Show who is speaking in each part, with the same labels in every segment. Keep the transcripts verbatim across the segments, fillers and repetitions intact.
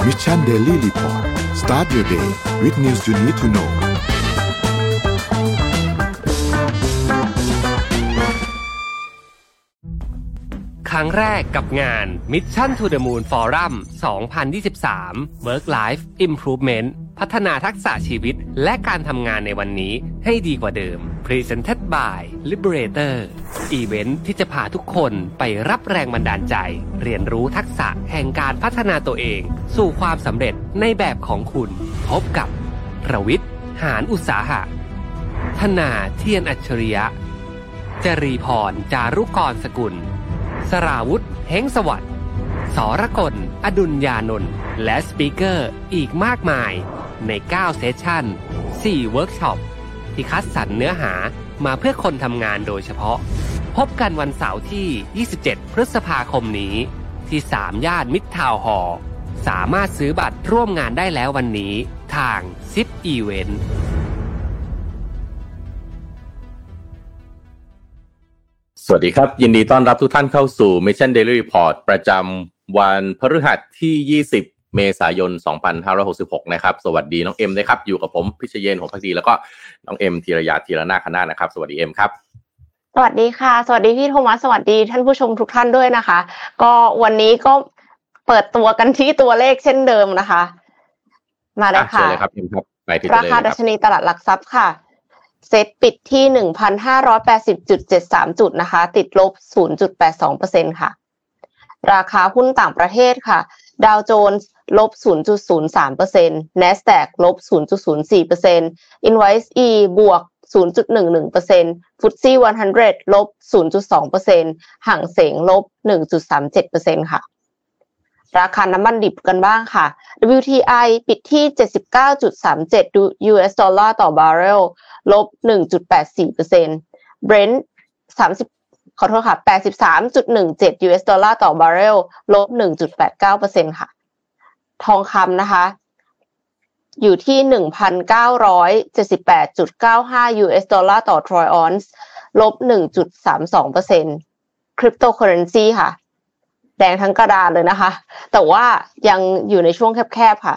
Speaker 1: Mission Daily Report start your day with news you need to know
Speaker 2: ครั้งแรกกับงาน Mission to the Moon Forum สองพันยี่สิบสาม Work Life Improvement พัฒนาทักษะชีวิตและการทำงานในวันนี้ให้ดีกว่าเดิม Presented by Liberator อีเวนท์ที่จะพาทุกคนไปรับแรงบันดาลใจเรียนรู้ทักษะแห่งการพัฒนาตัวเองสู่ความสำเร็จในแบบของคุณพบกับประวิทย์ หาญอุตสาหะธนาเทียนอัจฉริยะจรีพรจารุกรสกุลสราวุธเฮงสวัสดิ์สรกลอดุลยานนท์และสปีกเกอร์อีกมากมายในเก้าเซสชั่นสี่เวิร์กช็อปที่คัดสรรเนื้อหามาเพื่อคนทำงานโดยเฉพาะพบกันวันเสาร์ที่ยี่สิบเจ็ดพฤษภาคมนี้ที่สามย่านมิตรทาวน์ฮอลล์สามารถซื้อบัตรร่วมงานได้แล้ววันนี้ทาง ซิป Event
Speaker 3: สวัสดีครับยินดีต้อนรับทุกท่านเข้าสู่ Mission Daily Report ประจำวันพฤหัสที่ยี่สิบเมษายนสองพันห้าร้อยหกสิบหกนะครับสวัสดีน้องเอ็มด้วยครับอยู่กับผมพิชเยนหงส์ภักดีแล้วก็น้องเอ็มธีรยาธีรนาคนาถนะครับสวัสดีเอ็มครับ
Speaker 4: สวัสดีค่ะสวัสดีพี่โทมัสสวัสดีท่านผู้ชมทุกท่านด้วยนะคะก็วันนี้ก็เปิดตัวกันที่ตัวเลขเช่นเดิมนะคะมาเลยค่ะเชิญเลยครับเอ็มครับไปที่ราคาดัชนีตลาดหลักทรัพย์ค่ะเซ็ตปิดที่ หนึ่งพันห้าร้อยแปดสิบจุดเจ็ดสาม จุดนะคะติดลบ ศูนย์จุดแปดสองเปอร์เซ็นต์ ค่ะราคาหุ้นต่างประเทศค่ะดาวโจนส์ลบ ศูนย์จุดศูนย์สามเปอร์เซ็นต์ NASDAQ ลบ ศูนย์จุดศูนย์สี่เปอร์เซ็นต์ Invice E บวก ศูนย์จุดหนึ่งหนึ่งเปอร์เซ็นต์ เอฟ ที เอ เอส หนึ่งร้อย ลบ ศูนย์จุดสองเปอร์เซ็นต์ หังเส็งลบ หนึ่งจุดสามเจ็ดเปอร์เซ็นต์ ค่ะราคาน้ำมันดิบกันบ้างค่ะ ดับเบิลยู ที ไอ ปิดที่ เจ็ดสิบเก้าจุดสามเจ็ด ยู เอส ดอลลาร์ต่อบาร์เรลลบ หนึ่งจุดแปดสี่เปอร์เซ็นต์ Brent สามสิบขอโทษค่ะ แปดสิบสามจุดหนึ่งเจ็ด ยู เอส ดอลลาร์ต่อบาร์เรลลบ หนึ่งจุดแปดเก้าเปอร์เซ็นต์ ค่ะทองคำนะคะอยู่ที่ หนึ่งพันเก้าร้อยเจ็ดสิบแปดจุดเก้าห้า ยู เอส ดอลลาร์ต่อทรอยออนซ์ลบ หนึ่งจุดสามสองเปอร์เซ็นต์ Cryptocurrency ค่ะแดงทั้งกระดานเลยนะคะแต่ว่ายังอยู่ในช่วงแคบๆค่ะ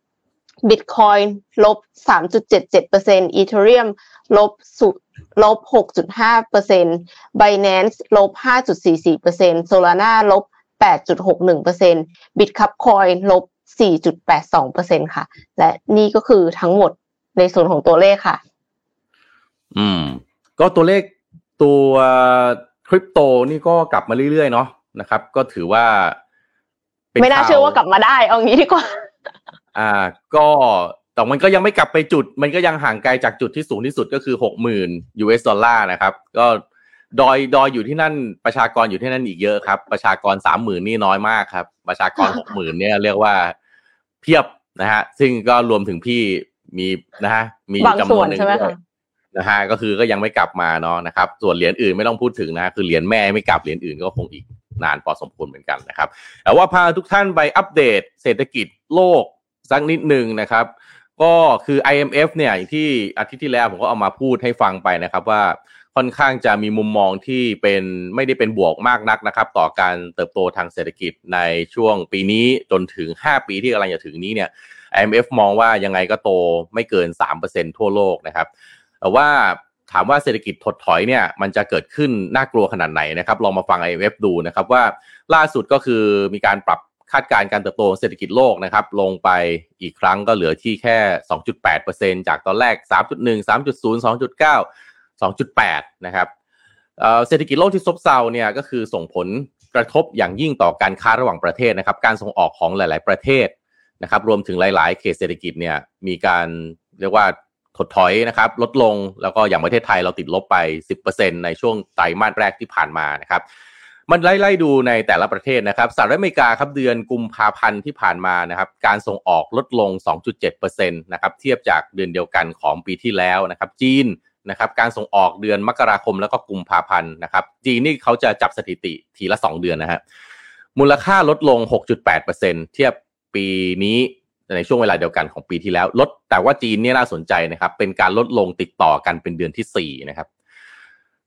Speaker 4: Bitcoin ลบ สามจุดเจ็ดเจ็ดเปอร์เซ็นต์ Ethereum ลบลบ หกจุดห้าเปอร์เซ็นต์ Binance ลบ ห้าจุดสี่สี่เปอร์เซ็นต์ Solana ลบ แปดจุดหกหนึ่งเปอร์เซ็นต์ Bitcoin ลบ สี่จุดแปดสองเปอร์เซ็นต์ ค่ะและนี่ก็คือทั้งหมดในส่วนของตัวเลขค่ะ
Speaker 3: อืมก็ตัวเลขตัวคริปโตนี่ก็กลับมาเรื่อยๆเนาะนะครับก็ถือว่า
Speaker 4: ไม่น่าเชื่อว่ากลับมาได้เอางี้ดีกว่า
Speaker 3: อ่าก็แต่มันก็ยังไม่กลับไปจุดมันก็ยังห่างไกลจากจุดที่สูงที่สุดก็คือ หกหมื่น ยู เอส ดอลลาร์นะครับก็ดอยดอยอยู่ที่นั่นประชากรอยู่ที่นั่นอีกเยอะครับประชากร สามหมื่น นี่น้อยมากครับประชากร หกหมื่น เนี่ยเรียกว่าเพียบนะฮะซึ่งก็รวมถึงพี่มีนะฮะมีจำนวนนึงด้วยนะฮะก็คือก็ยังไม่กลับมาเนาะนะครับส่วนเหรียญอื่นไม่ต้องพูดถึงนะคือเหรียญแม่ไม่กลับเหรียญอื่นก็คงอีกนานพอสมควรเหมือนกันนะครับแต่ว่าพาทุกท่านไปอัปเดตเศรษฐกิจโลกสักนิดนึงนะครับก็คือ ไอ เอ็ม เอฟ เนี่ยที่อาทิตย์ที่แล้วผมก็เอามาพูดให้ฟังไปนะครับว่าค่อนข้างจะมีมุมมองที่เป็นไม่ได้เป็นบวกมากนักนะครับต่อการเติบโตทางเศรษฐกิจในช่วงปีนี้จนถึงห้าปีที่กำลังจะถึงนี้เนี่ย ไอ เอ็ม เอฟ มองว่ายังไงก็โตไม่เกิน สามเปอร์เซ็นต์ ทั่วโลกนะครับแต่ว่าถามว่าเศรษฐกิจถดถอยเนี่ยมันจะเกิดขึ้นน่ากลัวขนาดไหนนะครับลองมาฟัง ไอ เอ็ม เอฟ ดูนะครับว่าล่าสุดก็คือมีการปรับคาดการณ์การเติบโตเศรษฐกิจโลกนะครับลงไปอีกครั้งก็เหลือที่แค่ สองจุดแปดเปอร์เซ็นต์ จากตอนแรก สามจุดหนึ่ง สามจุดศูนย์ สองจุดเก้า สองจุดแปด นะครับเอ่อเศรษฐกิจโลกที่ซบเซาเนี่ยก็คือส่งผลกระทบอย่างยิ่งต่อการค้าระหว่างประเทศนะครับการส่งออกของหลายๆประเทศนะครับรวมถึงหลายๆเขตเศรษฐกิจเนี่ยมีการเรียกว่าถดถอยนะครับลดลงแล้วก็อย่างประเทศไทยเราติดลบไป สิบเปอร์เซ็นต์ ในช่วงไตรมาสแรกที่ผ่านมานะครับมันไล่ๆดูในแต่ละประเทศนะครับสหรัฐอเมริกาครับเดือนกุมภาพันธ์ที่ผ่านมานะครับการส่งออกลดลง สองจุดเจ็ดเปอร์เซ็นต์ นะครับเทียบจากเดือนเดียวกันของปีที่แล้วนะครับจีนนะครับการส่งออกเดือนมกราคมแล้วก็กุมภาพันธ์นะครับจีนนี่เขาจะจับสถิติทีละสองเดือนนะฮะมูลค่าลดลง หกจุดแปดเปอร์เซ็นต์ เทียบปีนี้ในช่วงเวลาเดียวกันของปีที่แล้วลดแต่ว่าจีนเนี่ยน่าสนใจนะครับเป็นการลดลงติดต่อกันเป็นเดือนที่สี่นะครับ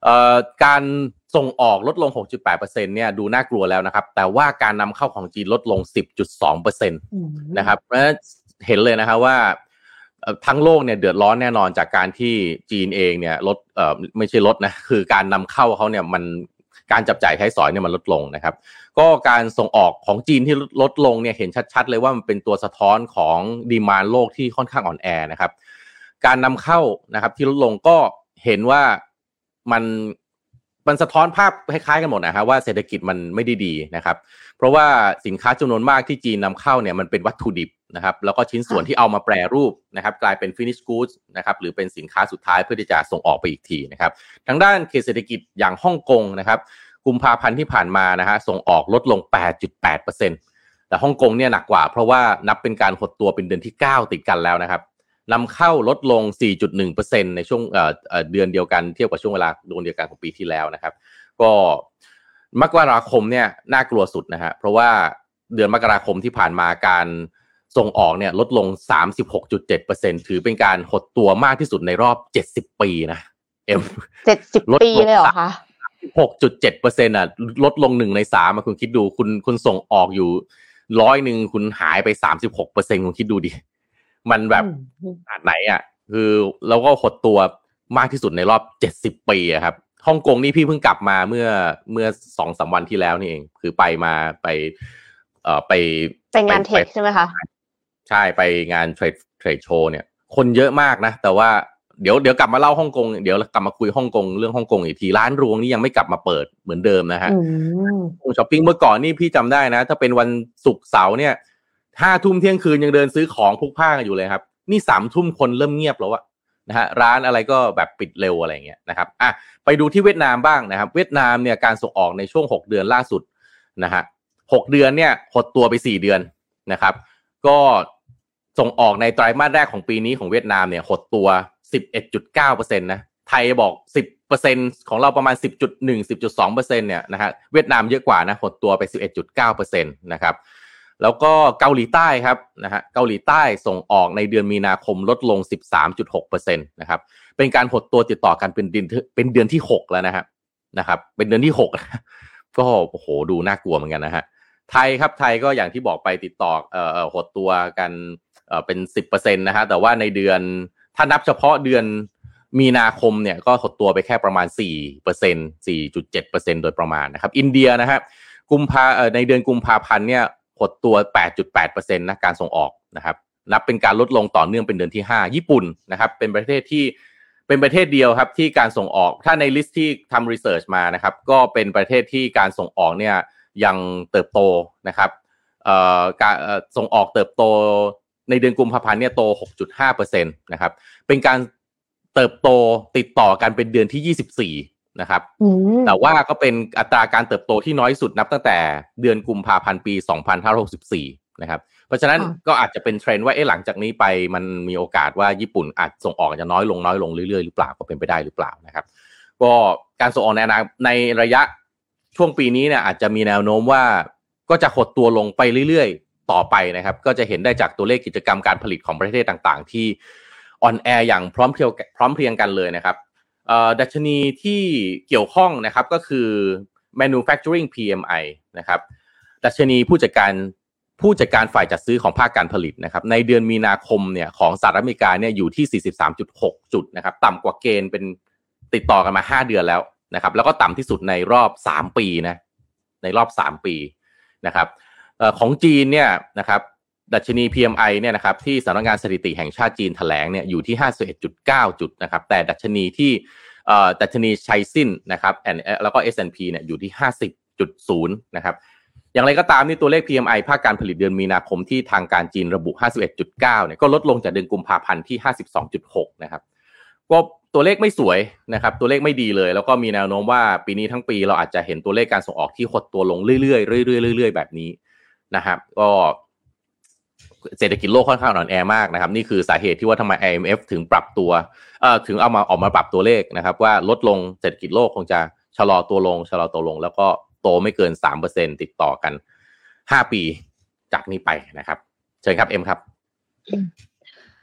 Speaker 3: เอ่อการส่งออกลดลง หกจุดแปดเปอร์เซ็นต์ เนี่ยดูน่ากลัวแล้วนะครับแต่ว่าการนำเข้าของจีนลดลง สิบจุดสองเปอร์เซ็นต์ นะครับเพราะฉะนั้นเห็นเลยนะครับว่าทั้งโลกเนี่ยเดือดร้อนแน่นอนจากการที่จีนเองเนี่ยลดเอ่อไม่ใช่ลดนะคือการนำเข้าเขาเนี่ยมันการจับจ่ายใช้สอยเนี่ยมันลดลงนะครับก็การส่งออกของจีนที่ลดลงเนี่ยเห็นชัดๆเลยว่ามันเป็นตัวสะท้อนของดีมานด์โลกที่ค่อนข้างอ่อนแอนะครับการนำเข้านะครับที่ลดลงก็เห็นว่ามันมันสะท้อนภาพคล้ายๆกันหมดนะฮะว่าเศรษฐกิจมันไม่ได้ดีนะครับเพราะว่าสินค้าจำนวนมากที่จีนนำเข้าเนี่ยมันเป็นวัตถุดิบนะครับแล้วก็ชิ้นส่วนที่เอามาแปรรูปนะครับกลายเป็น finish goods นะครับหรือเป็นสินค้าสุดท้ายเพื่อที่จะส่งออกไปอีกทีนะครับทางด้านเขตเศรษฐกิจอย่างฮ่องกงนะครับกุมภาพันธ์ที่ผ่านมานะฮะส่งออกลดลง แปดจุดแปดเปอร์เซ็นต์ แต่ฮ่องกงเนี่ยหนักกว่าเพราะว่านับเป็นการหดตัวเป็นเดือนที่เก้าติดกันแล้วนะครับนำเข้าลดลง สี่จุดหนึ่งเปอร์เซ็นต์ ในช่วงเอ่อเอ่อเดือนเดียวกันเทียบกับช่วงเวลาเดือนเดียวกันของปีที่แล้วนะครับก็มกราคมเนี่ยน่ากลัวสุดนะฮะเพราะว่าเดือนมกราคมที่ผ่านมาการส่งออกเนี่ยลดลง สามสิบหกจุดเจ็ดเปอร์เซ็นต์ ถือเป็นการหดตัวมากที่สุดในรอบเจ็ดสิบปีนะเอ็ม
Speaker 4: เจ็ดสิบปีเลยเหรอคะ
Speaker 3: หกจุดเจ็ดเปอร์เซ็นต์ อ่ะลดลงหนึ่งในสามอ่ะคุณคิดดูคุณคุณส่งออกอยู่ร้อยนึงคุณหายไป สามสิบหกเปอร์เซ็นต์ คุณคิดดูดิมันแบบขนาดไหนอ่ะคือแล้วก็หดตัวมากที่สุดในรอบเจ็ดสิบปีอ่ะครับฮ่องกงนี่พี่เพิ่งกลับมาเมื่อเมื่อ สองสาม วันที่แล้วนี่เองคือไปมาไปเอ่อไป
Speaker 4: ไปงานเทคใช่ไหมคะ
Speaker 3: ใช่ไปงานเทรดเทรดโชว์เนี่ยคนเยอะมากนะแต่ว่าเดี๋ยวเดี๋ยวกลับมาเล่าฮ่องกงเดี๋ยวกลับมาคุยฮ่องกงเรื่องฮ่องกงอีกทีร้านรวงนี่ยังไม่กลับมาเปิดเหมือนเดิมนะฮะช้อปปิ้งเมื่อก่อนนี่พี่จำได้นะถ้าเป็นวันศุกร์เสาร์เนี่ยห้าทุ่มเที่ยงคืนยังเดินซื้อของพลุกพล่านอยู่เลยครับนี่สามทุ่มคนเริ่มเงียบแล้วอะนะฮะร้านอะไรก็แบบปิดเร็วอะไรเงี้ยนะครับอ่ะไปดูที่เวียดนามบ้างนะครับเวียดนามเนี่ยการส่งออกในช่วงหกเดือนล่าสุดนะฮะหกเดือนเนี่ยหดตัวไปสี่เดือนนะครับก็ส่งออกในไตรมาสแรกของปีนี้ของเวียดนามเนี่ยหดตัว สิบเอ็ดจุดเก้าเปอร์เซ็นต์ นะไทยบอก สิบเปอร์เซ็นต์ ของเราประมาณ สิบจุดหนึ่ง สิบจุดสองเปอร์เซ็นต์ เนี่ยนะฮะเวียดนามเยอะกว่านะหดตัวไป สิบเอ็ดจุดเก้าเปอร์เซ็นต์ นะครับแล้วก็เกาหลีใต้ครับนะฮะเกาหลีใต้ส่งออกในเดือนมีนาคมลดลง สิบสามจุดหกเปอร์เซ็นต์ นะครับเป็นการหดตัวติดต่อกันเป็นเดือนเป็นเดือนที่หกแล้วนะครับนะครับเป็นเดือนที่หกก็โอ้โหดูน่ากลัวเหมือนกันนะฮะไทยครับไทยก็อย่างที่บอกไปติดต่อเอ่อหดตัวกันเอ่อเป็น สิบเปอร์เซ็นต์ นะฮะแต่ว่าในเดือนถ้านับเฉพาะเดือนมีนาคมเนี่ยก็หดตัวไปแค่ประมาณ สี่เปอร์เซ็นต์ สี่จุดเจ็ดเปอร์เซ็นต์ โดยประมาณนะครับอินเดียนะฮะกุมภาเอ่อในเดือนกุมภาพันธ์เนี่ยหดตัว แปดจุดแปดเปอร์เซ็นต์ นะการส่งออกนะครับนับเป็นการลดลงต่อเนื่องเป็นเดือนที่ห้าญี่ปุ่นนะครับเป็นประเทศที่เป็นประเทศเดียวครับที่การส่งออกถ้าในลิสต์ที่ทำรีเสิร์ชมานะครับก็เป็นประเทศที่การส่งออกเนี่ยยังเติบโตนะครับเอ่อการส่งออกเติบโตในเดือนกุมภาพันธ์เนี่ยโต หกจุดห้าเปอร์เซ็นต์ นะครับเป็นการเติบโตติดต่อกันเป็นเดือนที่ยี่สิบสี่นะครับแต่ว่าก็เป็นอัตราการเติบโตที่น้อยสุดนับตั้งแต่เดือนกุมภาพันธ์ปีสองพันห้าร้อยหกสิบสี่นะครับเพราะฉะนั้นก็อาจจะเป็นเทรนด์ว่าเอ๊ะหลังจากนี้ไปมันมีโอกาสว่าญี่ปุ่นอาจส่งออกจะน้อยลงน้อยลงเรื่อยๆหรือเปล่าก็เป็นไปได้หรือเปล่านะครับก็การส่งออกในในระยะช่วงปีนี้เนี่ยอาจจะมีแนวโน้มว่าก็จะหดตัวลงไปเรื่อยๆต่อไปนะครับก็จะเห็นได้จากตัวเลขกิจกรรมการผลิตของประเทศต่างๆที่อ่อนแออย่างพร้อมเพรียงพร้อมเพรียงกันเลยนะครับดัชนีที่เกี่ยวข้องนะครับก็คือ manufacturing พี เอ็ม ไอ นะครับดัชนีผู้จัดการผู้จัดการฝ่ายจัดซื้อของภาคการผลิตนะครับในเดือนมีนาคมเนี่ยของสหรัฐอเมริกาเนี่ยอยู่ที่ สี่สิบสามจุดหก จุดนะครับต่ำกว่าเกณฑ์เป็นติดต่อกันมาห้าเดือนแล้วนะครับแล้วก็ต่ำที่สุดในรอบสามปีนะในรอบสามปีนะครับเอ่อของจีนเนี่ยนะครับดัชนี พี เอ็ม ไอ เนี่ยนะครับที่สำนักงานสถิติแห่งชาติจีนแถลงเนี่ยอยู่ที่ ห้าสิบเอ็ดจุดเก้า จุดนะครับแต่ดัชนีที่เอ่อดัชนีไชซินนะครับแล้วก็ เอส แอนด์ พี เนี่ยอยู่ที่ ห้าสิบจุดศูนย์ นะครับอย่างไรก็ตามนี่ตัวเลข พี เอ็ม ไอ ภาคการผลิตเดือนมีนาคมที่ทางการจีนระบุ ห้าสิบเอ็ดจุดเก้า เนี่ยก็ลดลงจากเดือนกุมภาพันธ์ที่ ห้าสิบสองจุดหก นะครับก็ตัวเลขไม่สวยนะครับตัวเลขไม่ดีเลยแล้วก็มีแนวโน้มว่าปีนี้ทั้งปีเราอาจจะเห็นตัวเลขการส่งออกที่หดตัวลงเรื่อยๆเรื่อยๆเรื่อยๆแบบนี้นะครับก็เศรษฐกิจโลกค่อนข้างอ่อนแอมากนะครับนี่คือสาเหตุที่ว่าทำไม ไอ เอ็ม เอฟ ถึงปรับตัวเอ่อถึงเอามาออกมาปรับตัวเลขนะครับว่าลดลงเศรษฐกิจโลกคงจะชะลอตัวลงชะลอตัวลงแล้วก็โตไม่เกิน สามเปอร์เซ็นต์ ติดต่อกันห้าปีจากนี้ไปนะครับเชิญครับเอ็มครับ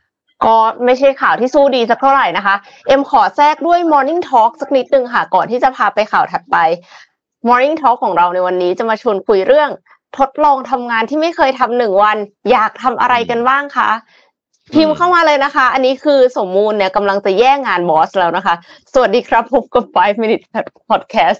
Speaker 4: ก็ไม่ใช่ข่าวที่สู้ดีสักเท่าไหร่นะคะเอ็มขอแทรกด้วย Morning Talk สักนิดนึงค่ะก่อนที่จะพาไปข่าวถัดไป Morning Talk ของเราในวันนี้จะมาชวนคุยเรื่องทดลองทำงานที่ไม่เคยทำหนึ่งวันอยากทำอะไรกันบ้างคะพิมพ์เข้ามาเลยนะคะอันนี้คือสมมูลเนี่ยกำลังจะแย่งงานบอสแล้วนะคะสวัสดีครับพบกับfive minute podcast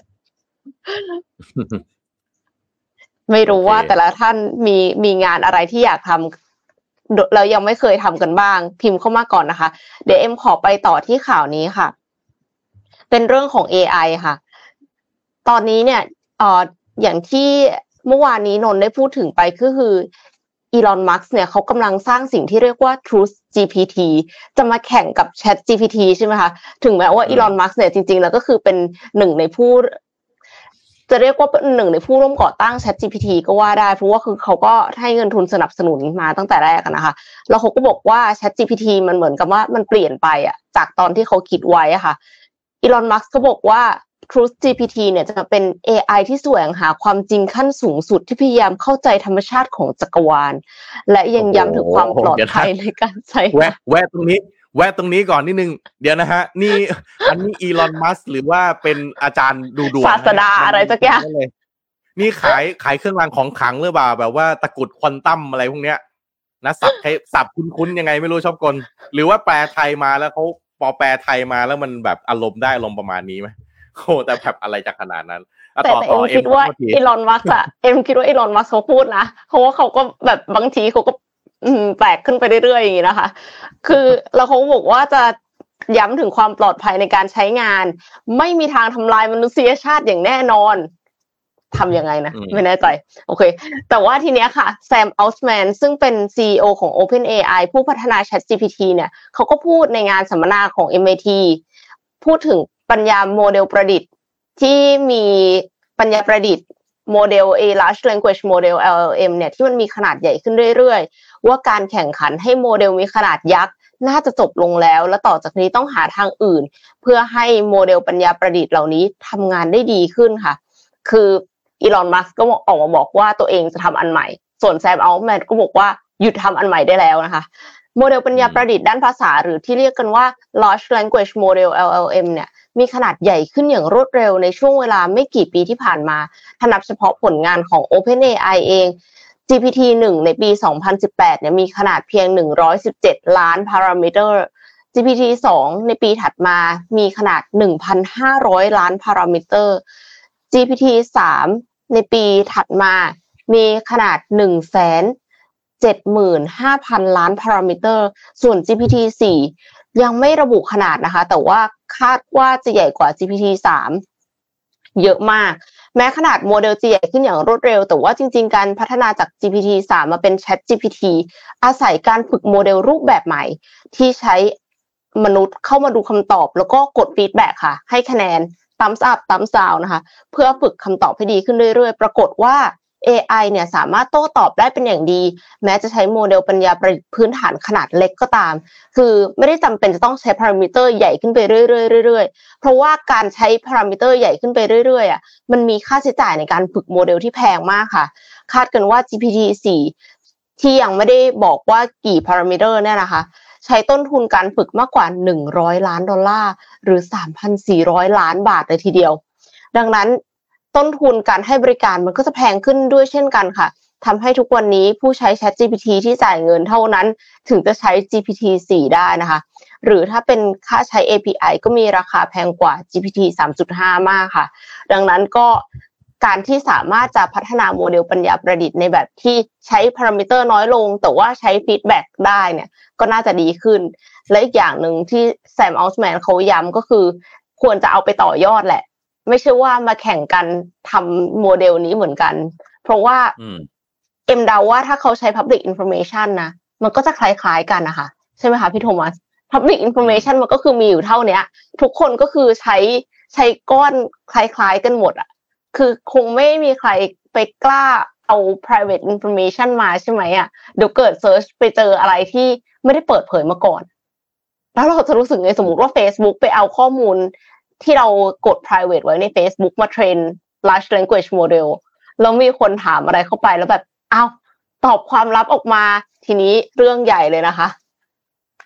Speaker 4: ไม่รู้ว่าแต่ละท่านมีมีงานอะไรที่อยากทำเรายังไม่เคยทำกันบ้างพิมพ์เข้ามาก่อนนะคะเดี๋ยวเอ็มขอไปต่อที่ข่าวนี้ค่ะเป็นเรื่องของ เอ ไอ ค่ะตอนนี้เนี่ยเอ่ออย่างที่เมื่อวานนี้นนท์ได้พูดถึงไปก็คืออีลอนมัสก์เนี่ยเขากำลังสร้างสิ่งที่เรียกว่า Truth จี พี ที จะมาแข่งกับ Chat จี พี ที ใช่ไหมคะถึงแม้ว่าอีลอนมัสก์เนี่ยจริงๆแล้วก็คือเป็นหนึ่งในผู้จะเรียกว่าเป็นหนึ่งในผู้ร่วมก่อตั้ง Chat จี พี ที ก็ว่าได้เพราะว่าคือเขาก็ให้เงินทุนสนับสนุนมาตั้งแต่แรกนะคะแล้วเขาก็บอกว่า Chat จี พี ที มันเหมือนกับว่ามันเปลี่ยนไปอ่ะจากตอนที่เขาคิดไว้อ่ะค่ะอีลอนมัสก์ก็บอกว่าTruth จี พี ที เนี่ยจะเป็น เอ ไอ ที่แสวงหาความจริงขั้นสูงสุดที่พยายามเข้าใจธรรมชาติของจักรวาลและยังย้ำถึงความปลอดภัยในการใช้
Speaker 3: แวะแวะตรงนี้แวะตรงนี้ก่อนนิดนึงเดี๋ยวนะฮะนี่อันนี้อีลอนมัสก์หรือว่าเป็นอาจารย์ดูดวง
Speaker 4: ศาสดาอะไรสักอย่าง
Speaker 3: นี่ขายขายเครื่องรางของขลังหรือเปล่าแบบว่าตะกุดควอนตัมอะไรพวกเนี้ยนะสับให้สับคุ้นๆยังไงไม่รู้ชอบกลหรือว่าแปลไทยมาแล้วเขาพอแปลไทยมาแล้วมันแบบอารมณ์ได้อารมณ์ประมาณนี้ไหมโอ้แต่แบบอะไรจากขนาดนั้น
Speaker 4: แต่เอ็มคิดว่าอีลอนมัสก์อะเอ็มคิดว่าอีลอนมัสก์เขาพูดนะเพราะว่าเขาก็แบบบางทีเขาก็แปลกขึ้นไปเรื่อยๆอย่างนี้นะคะคือแล้วเขาบอกว่าจะย้ำถึงความปลอดภัยในการใช้งานไม่มีทางทำลายมนุษยชาติอย่างแน่นอนทำยังไงนะไม่แน่ใจโอเคแต่ว่าทีเนี้ยค่ะแซม อัลต์แมนซึ่งเป็น ซี อี โอ ของ OpenAI ผู้พัฒนา Chat จี พี ที เนี่ยเขาก็พูดในงานสัมมนาของ เอ็ม ไอ ที พูดถึงปัญญาโมเดลประดิษฐ์ที่มีปัญญาประดิษฐ์โมเดล A Large Language Model แอล แอล เอ็ม เนี่ยที่มันมีขนาดใหญ่ขึ้นเรื่อยๆว่าการแข่งขันให้โมเดลมีขนาดยักษ์น่าจะจบลงแล้วและต่อจากนี้ต้องหาทางอื่นเพื่อให้โมเดลปัญญาประดิษฐ์เหล่านี้ทำงานได้ดีขึ้นค่ะคืออีลอนมัสก์ก็ออกมาบอกว่าตัวเองจะทำอันใหม่ส่วนแซม อัลต์แมนก็บอกว่าหยุดทำอันใหม่ได้แล้วนะคะโมเดลปัญญาประดิษฐ์ด้านภาษาหรือที่เรียกกันว่า Large Language Model แอล แอล เอ็ม เนี่ยมีขนาดใหญ่ขึ้นอย่างรวดเร็วในช่วงเวลาไม่กี่ปีที่ผ่านมาถ้านับเฉพาะผลงานของ OpenAI เอง จี พี ที หนึ่ง ในปีสองพันสิบแปดเนี่ยมีขนาดเพียงหนึ่งร้อยสิบเจ็ดล้านพารามิเตอร์ จี พี ที สอง ในปีถัดมามีขนาด หนึ่งพันห้าร้อย ล้านพารามิเตอร์ จี พี ที สาม ในปีถัดมามีขนาด หนึ่งแสนเจ็ดหมื่นห้าพัน ล้านพารามิเตอร์ส่วน จี พี ที สี่ ยังไม่ระบุขนาดนะคะแต่ว่าคาดว่าจะใหญ่กว่า จี พี ที สาม เยอะมากแม้ขนาดโมเดลจะใหญ่ขึ้นอย่างรวดเร็วแต่ว่าจริงๆการพัฒนาจาก จี พี ที สาม มาเป็น Chat จี พี ที อาศัยการฝึกโมเดลรูปแบบใหม่ที่ใช้มนุษย์เข้ามาดูคำตอบแล้วก็กดฟีดแบ็กค่ะให้คะแนน thumbs up thumbs down นะคะเพื่อฝึกคำตอบให้ดีขึ้นเรื่อยๆปรากฏว่าเอ ไอ เนี่ยสามารถโต้ตอบได้เป็นอย่างดีแม้จะใช้โมเดลปัญญาประดิษฐ์พื้นฐานขนาดเล็กก็ตามคือไม่ได้จำเป็นจะต้องใช้พารามิเตอร์ใหญ่ขึ้นไปเรื่อยๆเรื่อยๆเพราะว่าการใช้พารามิเตอร์ใหญ่ขึ้นไปเรื่อยๆอ่ะมันมีค่าใช้จ่ายในการฝึกโมเดลที่แพงมากค่ะคาดกันว่า จี พี ที สี่ ที่ยังไม่ได้บอกว่ากี่พารามิเตอร์เนี่ยนะคะใช้ต้นทุนการฝึกมากกว่าหนึ่งร้อยล้านดอลลาร์หรือ สามพันสี่ร้อย ล้านบาทเลยทีเดียวดังนั้นต้นทุนการให้บริการมันก็จะแพงขึ้นด้วยเช่นกันค่ะทำให้ทุกวันนี้ผู้ใช้ Chat จี พี ที ที่จ่ายเงินเท่านั้นถึงจะใช้ จี พี ที สี่ ได้นะคะหรือถ้าเป็นค่าใช้ เอ พี ไอ ก็มีราคาแพงกว่า จี พี ที สามจุดห้า มากค่ะดังนั้นก็การที่สามารถจะพัฒนาโมเดลปัญญาประดิษฐ์ในแบบที่ใช้พารามิเตอร์น้อยลงแต่ว่าใช้ฟีดแบ็กได้เนี่ยก็น่าจะดีขึ้นและอีกอย่างนึงที่แซม อัลต์แมนเขาย้ำก็คือควรจะเอาไปต่อยอดแหละไม่ใช่ว่ามาแข่งกันทำโมเดลนี้เหมือนกันเพราะว่าเอ็มเดาว่าถ้าเขาใช้ Public Information นะมันก็จะคล้ายๆกันนะคะใช่ไหมคะพี่โทมัส Public Information มันก็คือมีอยู่เท่านี้ทุกคนก็คือใช้ใช้ก้อนคล้ายๆกันหมดอ่ะคือคงไม่มีใครไปกล้าเอา private information มาใช่ไหมอ่ะเดี๋ยวเกิด search ไปเจออะไรที่ไม่ได้เปิดเผยมาก่อนแล้วเราจะรู้สึกไงสมมติว่า Facebook ไปเอาข้อมูลที่เรากด private ไว้ใน Facebook มาเทรน large language model แล้วมีคนถามอะไรเข้าไปแล้วแบบอ้าวตอบความลับออกมาทีนี้เรื่องใหญ่เลยนะคะ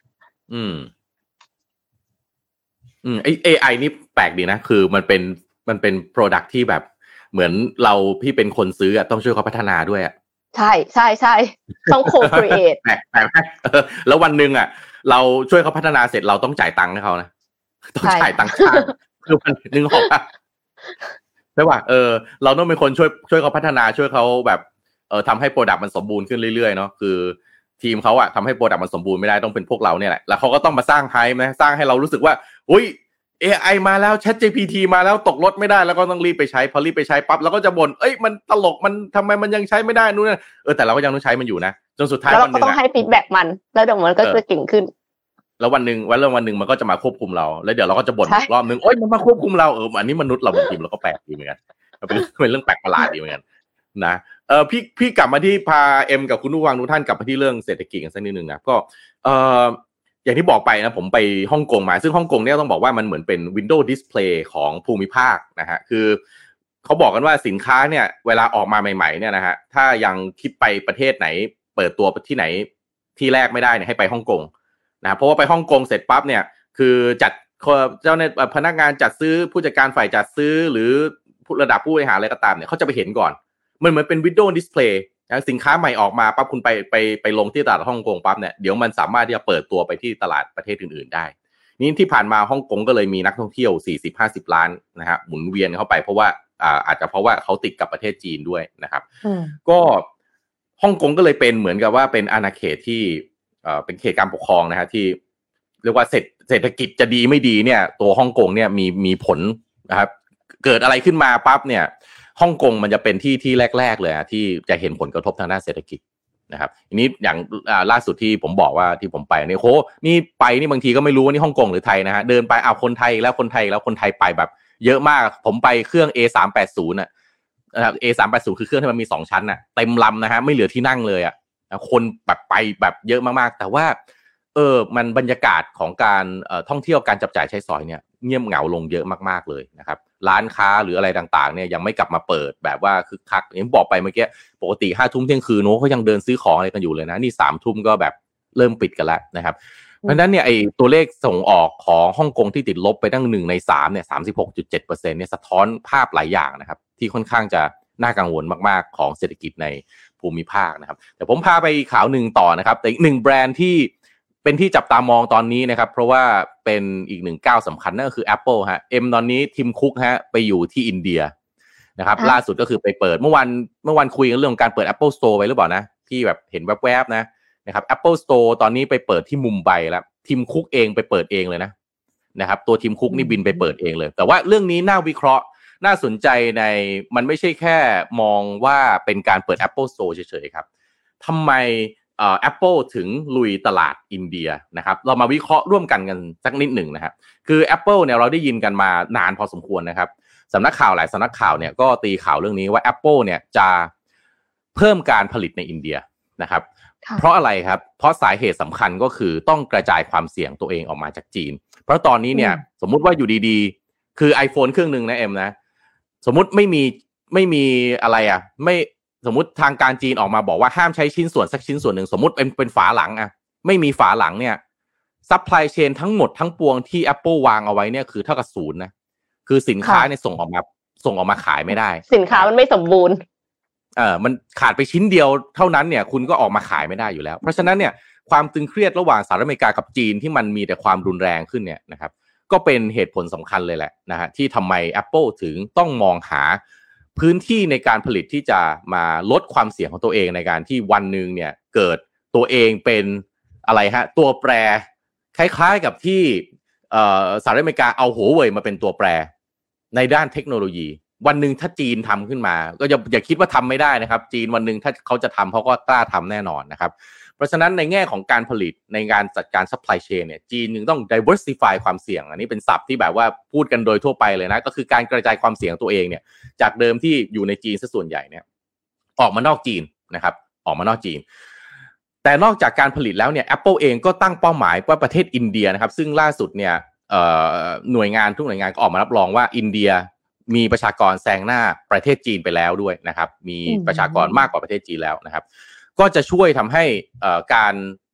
Speaker 3: อืมอืมไอ เอ ไอ นี่แปลกดีนะคือมันเป็นมันเป็น product ที่แบบเหมือนเราพี่เป็นคนซื้ออ่ะต้องช่วยเขาพัฒนาด้วยอ่ะ
Speaker 4: ใช่ใช่ใช่ต้อง co-create
Speaker 3: แปลกแปลกแล้ววันนึงอ่ะเราช่วยเขาพัฒนาเสร็จเราต้องจ่ายตังค์ให้เขานะต้องจ่ายตังค์ค่าคือมันนึงออกอ่ะใช่ป่ะเออเราต้องเป็นคนช่วยช่วยเขาพัฒนาช่วยเขาแบบเออทำให้โปรดักต์มันสมบูรณ์ขึ้นเรื่อยๆเนาะคือทีมเขาอะทำให้โปรดักต์มันสมบูรณ์ไม่ได้ต้องเป็นพวกเราเนี่ยแหละแล้วเขาก็ต้องมาสร้างไฮป์นะสร้างให้เรารู้สึกว่าอุ้ย เอ ไอ มาแล้ว ChatGPT มาแล้วตกรถไม่ได้แล้วก็ต้องรีบไปใช้พอรีบไปใช้ปั๊บแล้วก็จะบ่นเอ้ยมันตลกมันทำไมมันยังใช้ไม่ได้นู่นน่ะเออแต่เราก็ยังต้องใช้มันอยู่นะจนสุดท้าย
Speaker 4: วันนึงแล้วเราก็ต้องให้ฟีดแบ็กมันแล้วเดี๋ยวมันก็จะเก่งขึ้น
Speaker 3: แล้ววันนึงวันเรื่องวันนึงมันก็จะมาควบคุมเราแล้วเดี๋ยวเราก็จะบ่นอีกรอบนึงโอ๊ยมันมาควบคุมเราเอออันนี้มนุษย์เราบางทีเราก็แปลกดีเหมือนกันเป็นเป็นเรื่องแปลกประหลาดดีเหมือนกันนะเออพี่พี่กลับมาที่พาเอ็มกับคุณผู้ฟังทุกท่านกลับมาที่เรื่องเศรษฐกิจกันสักนิดนึงนะก็เอออย่างที่บอกไปนะผมไปฮ่องกงมาซึ่งฮ่องกงเนี่ยต้องบอกว่ามันเหมือนเป็น Windows Display ของภูมิภาคนะฮะคือเขาบอกกันว่าสินค้าเนี่ยเวลาออกมาใหม่ๆเนี่ยนะฮะถ้ายังคิดไปประเทศไหนเปิดตัวที่ไหนที่แรกไม่ได้เนี่ยให้ไปฮ่องกงนะเพราะว่าไปฮ่องกงเสร็จปั๊บเนี่ยคือจัดเจ้าเนี่ยพนักงานจัดซื้อผู้จัดการฝ่ายจัดซื้อหรือระดับผู้บริหารอะไรก็ตามเนี่ยเขาจะไปเห็นก่อนมันเหมือนเป็น Windows Display นะสินค้าใหม่ออกมาปั๊บคุณไปไปไปลงที่ตลาดฮ่องกงปั๊บเนี่ยเดี๋ยวมันสามารถที่จะเปิดตัวไปที่ตลาดประเทศอื่นๆได้นี่ที่ผ่านมาฮ่องกงก็เลยมีนักท่องเที่ยว สี่สิบถึงห้าสิบ ล้านนะฮะหมุนเวียนเข้าไปเพราะว่าอ่าอาจจะเพราะว่าเขาติดกับประเทศจีนด้วยนะครับก็ฮ่องกงก็เลยเป็นเหมือนกับว่าเป็นอาณาเขตที่เอ่อเป็นเขตการปกครองนะฮะที่เรียกว่าเศรษฐกิจจะดีไม่ดีเนี่ยตัวฮ่องกงเนี่ยมีมีผลนะครับเกิดอะไรขึ้นมาปั๊บเนี่ยฮ่องกงมันจะเป็นที่ที่แรกๆเลยที่จะเห็นผลกระทบทางด้านเศรษฐกิจนะครับทีนี้อย่างล่าสุดที่ผมบอกว่าที่ผมไปเนี่ยโหนี่ไปนี่บางทีก็ไม่รู้ว่านี่ฮ่องกงหรือไทยนะฮะเดินไปเอาคนไทยแล้วคนไทยแล้วคนไทยไปแบบเยอะมากผมไปเครื่อง เอ สามแปดศูนย์ น่ะนะครับ เอ สามแปดศูนย์ คือเครื่องที่มันมีสองชั้นน่ะเต็มลำนะฮะไม่เหลือที่นั่งเลยอ่ะคนแบบไปแบบเยอะมากๆแต่ว่าเออมันบรรยากาศของการเอ่อท่องเที่ยวการจับจ่ายใช้สอยเนี่ยเงียบเหงาลงเยอะมากๆเลยนะครับร้านค้าหรืออะไรต่างๆเนี่ยยังไม่กลับมาเปิดแบบว่าคึกคักอย่างที่บอกไปเมื่อกี้ปกติห้าทุ่มเที่ยงคืนโน้เขายังเดินซื้อของอะไรกันอยู่เลยนะนี่สามทุ่มก็แบบเริ่มปิดกันแล้วนะครับเพราะฉะนั้นเนี่ยไอ้ตัวเลขส่งออกของฮ่องกงที่ติดลบไปตั้งหนึ่งในสามเนี่ย สามสิบหกจุดเจ็ดเปอร์เซ็นต์ เนี่ยสะท้อนภาพหลายอย่างนะครับที่ค่อนข้างจะน่ากังวลมากๆของเศรษฐกิจในภูมิภาคนะครับแต่ผมพาไปข่าวหนึ่งต่อนะครับแต่อีกหนึ่งแบรนด์ที่เป็นที่จับตามองตอนนี้นะครับเพราะว่าเป็นอีกหนึ่งก้าวสำคัญนั่นก็คือ Apple ฮะเอ็มตอนนี้ทีมคุกฮะไปอยู่ที่อินเดียนะครับล่าสุดก็คือไปเปิดเมื่อวันเมื่อวันคุยกันเรื่องการเปิด Apple Store ไปหรือเปล่านะที่แบบเห็นแวบๆนะนะครับ Apple Store ตอนนี้ไปเปิดที่มุมไบแล้วทีมคุกเองไปเปิดเองเลยนะนะครับตัวทีมคุกนี่บินไปเปิดเองเลยแต่ว่าเรื่องนี้น่าวิเคราะห์น่าสนใจในมันไม่ใช่แค่มองว่าเป็นการเปิด Apple Store เฉยๆครับทำไมเอ่อ Apple ถึงลุยตลาดอินเดียนะครับเรามาวิเคราะห์ร่วมกันกันสักนิดหนึ่งนะครับคือ Apple เนี่ยเราได้ยินกันมานานพอสมควรนะครับสำนักข่าวหลายสำนักข่าวเนี่ยก็ตีข่าวเรื่องนี้ว่า Apple เนี่ยจะเพิ่มการผลิตในอินเดียนะครับเพราะอะไรครับเพราะสาเหตุสำคัญก็คือต้องกระจายความเสี่ยงตัวเองออกมาจากจีนเพราะตอนนี้เนี่ยสมมุติว่าอยู่ดีๆคือ iPhone เครื่องนึงนะเอ็มนะสมมุติไม่มีไม่มีอะไรอ่ะไม่สมมุติทางการจีนออกมาบอกว่าห้ามใช้ชิ้นส่วนสักชิ้นส่วนหนึ่งสมมุติเป็นเป็นฝาหลังอ่ะไม่มีฝาหลังเนี่ยซัพพลายเชนทั้งหมดทั้งปวงที่ Apple วางเอาไว้เนี่ยคือเท่ากับศูนย์นะคือสินค้าเนี่ยส่งออกมาส่งออกมาขายไม่ได้
Speaker 4: สินค้ามันไม่สมบูรณ์
Speaker 3: เออมันขาดไปชิ้นเดียวเท่านั้นเนี่ยคุณก็ออกมาขายไม่ได้อยู่แล้วเพราะฉะนั้นเนี่ยความตึงเครียดระหว่างสหรัฐอเมริกากับจีนที่มันมีแต่ความรุนแรงขึ้นเนี่ยนะครับก็เป็นเหตุผลสำคัญเลยแหละนะฮะที่ทำไม Apple ถึงต้องมองหาพื้นที่ในการผลิตที่จะมาลดความเสี่ยงของตัวเองในการที่วันนึงเนี่ยเกิดตัวเองเป็นอะไรฮะตัวแปรคล้ายๆกับที่เอ่อสหรัฐอเมริกาเอาหัวเว่ยมาเป็นตัวแปรในด้านเทคโนโลยีวันนึงถ้าจีนทำขึ้นมาก็อย่าอย่าคิดว่าทำไม่ได้นะครับจีนวันนึงถ้าเขาจะทำเขาก็กล้าทำแน่นอนนะครับเพราะฉะนั้นในแง่ของการผลิตในการจัดการ supply chain เนี่ยจีนยังต้อง diversify ความเสี่ยงอันนี้เป็นศัพท์ที่แบบว่าพูดกันโดยทั่วไปเลยนะก็คือการกระจายความเสี่ยงตัวเองเนี่ยจากเดิมที่อยู่ในจีนซะส่วนใหญ่เนี่ยออกมานอกจีนนะครับออกมานอกจีนแต่นอกจากการผลิตแล้วเนี่ย Apple เองก็ตั้งเป้าหมายว่าประเทศอินเดียนะครับซึ่งล่าสุดเนี่ยเอ่อหน่วยงานทุกหน่วยงานก็ออกมารับรองว่าอินเดียมีประชากรแซงหน้าประเทศจีนไปแล้วด้วยนะครับมีประชากรมากกว่าประเทศจีนแล้วนะครับก็จะช่วยทำให้การ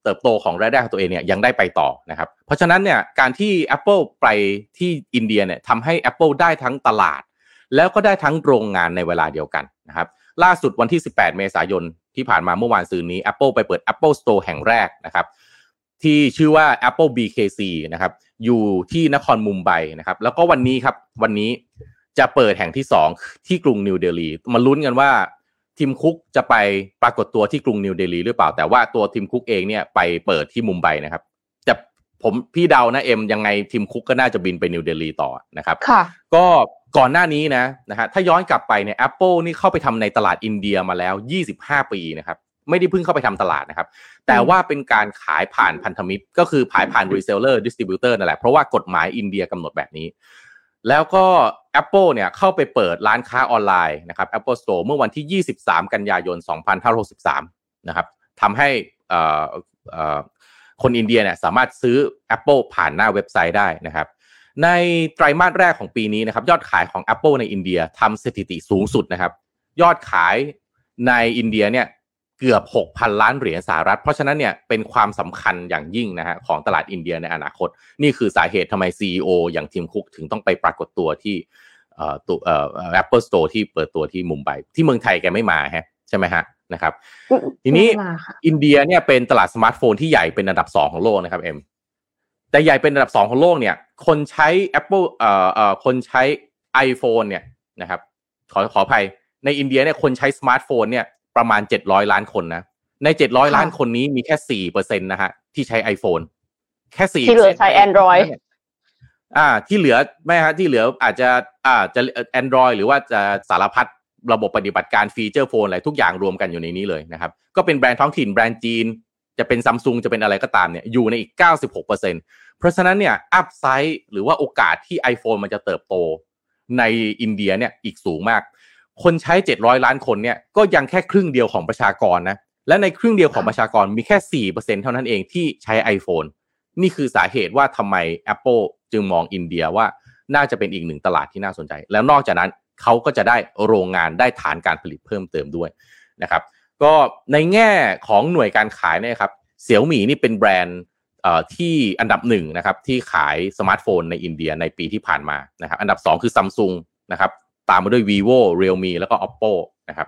Speaker 3: เติบโตของรายได้ของตัวเองเนี่ยยังได้ไปต่อนะครับเพราะฉะนั้นเนี่ยการที่ Apple ไปที่อินเดียเนี่ยทำให้ Apple ได้ทั้งตลาดแล้วก็ได้ทั้งโรงงานในเวลาเดียวกันนะครับล่าสุดวันที่สิบแปดเมษายนที่ผ่านมาเมื่อวานซืนนี้ Apple ไปเปิด Apple Store แห่งแรกนะครับที่ชื่อว่า Apple บี เค ซี นะครับอยู่ที่นครมุมไบนะครับแล้วก็วันนี้ครับวันนี้จะเปิดแห่งที่สองที่กรุงนิวเดลีมาลุ้นกันว่าทีมคุกจะไปปรากฏตัวที่กรุงนิวเดลีหรือเปล่าแต่ว่าตัวทีมคุกเองเนี่ยไปเปิดที่มุมไบนะครับแต่ผมพี่เดานะเอ็มยังไงทีมคุกก็น่าจะบินไปนิวเดลีต่อนะครับก็ก่อนหน้านี้นะนะฮะถ้าย้อนกลับไปเนี่ย Apple นี่เข้าไปทำในตลาดอินเดียมาแล้วยี่สิบห้าปีนะครับไม่ได้เพิ่งเข้าไปทำตลาดนะครับแต่ว่าเป็นการขายผ่านพันธมิตรก็คือขายผ่าน reseller distributor นั่นแหละเพราะว่ากฎหมายอินเดียกำหนดแบบนี้แล้วก็ Apple เนี่ยเข้าไปเปิดร้านค้าออนไลน์นะครับ Apple Store เมื่อวันที่ยี่สิบสามกันยายนสองพันห้าร้อยหกสิบสามนะครับทำให้เอ่อเอ่อคนอินเดียเนี่ยสามารถซื้อ Apple ผ่านหน้าเว็บไซต์ได้นะครับในไตรมาสแรกของปีนี้นะครับยอดขายของ Apple ในอินเดียทำสถิติสูงสุดนะครับยอดขายในอินเดียเนี่ยเกือบ หกพัน ล้านเหรียญสหรัฐเพราะฉะนั้นเนี่ยเป็นความสำคัญอย่างยิ่งนะฮะของตลาดอินเดียในอนาคตนี่คือสาเหตุทำไม ซี อี โอ อย่างทีมคุกถึงต้องไปปรากฏตัวที่เอ่อตัวเอ่อ Apple Store ที่เปิดตัวที่มุมไบที่เมืองไทยแกไม่มาฮะใช่ไหมฮะนะครับทีนี้อินเดียเนี่ยเป็นตลาดสมาร์ทโฟนที่ใหญ่เป็นอันดับสองของโลกนะครับเอ็มแต่ใหญ่เป็นอันดับสองของโลกเนี่ยคนใช้ Apple เอ่อเอ่อคนใช้ iPhone เนี่ยนะครับขอขออภัยในอินเดียเนี่ยคนใช้สมาร์ทโฟนเนี่ยประมาณเจ็ดร้อยล้านคนนะในเจ็ดร้อยล้านคนนี้มีแค่ สี่เปอร์เซ็นต์ นะฮะที่ใช้ iPhone แค่ สี่เปอร์เซ็นต์
Speaker 4: ที่เหลือใช้ Android
Speaker 3: อ่าที่เหลือไม่ฮะที่เหลืออาจจะอ่าจะ Android หรือว่าจะสารพัดระบบปฏิบัติการฟีเจอร์โฟนอะไรทุกอย่างรวมกันอยู่ในนี้เลยนะครับก็เป็นแบรนด์ท้องถิ่นแบรนด์จีนจะเป็น Samsung จะเป็นอะไรก็ตามเนี่ยอยู่ในอีก เก้าสิบหกเปอร์เซ็นต์ เพราะฉะนั้นเนี่ยอัพไซด์หรือว่าโอกาสที่ iPhone มันจะเติบโตในอินเดียเนี่ยอีกสูงมากคนใช้เจ็ดร้อยล้านคนเนี่ยก็ยังแค่ครึ่งเดียวของประชากรนะและในครึ่งเดียวของประชากรมีแค่ สี่เปอร์เซ็นต์ เท่านั้นเองที่ใช้ iPhone นี่คือสาเหตุว่าทำไม Apple จึงมองอินเดียว่าน่าจะเป็นอีกหนึ่งตลาดที่น่าสนใจแล้วนอกจากนั้นเขาก็จะได้โรงงานได้ฐานการผลิตเพิ่มเติมด้วยนะครับก็ในแง่ของหน่วยการขายเนี่ยครับเสี่ยวหมี่นี่เป็นแบรนด์เอ่อที่อันดับหนึ่งนะครับที่ขายสมาร์ทโฟนในอินเดียในปีที่ผ่านมานะครับอันดับสองคือ Samsung นะครับตามมาด้วย Vivo Realme แล้วก็ Oppo นะครับ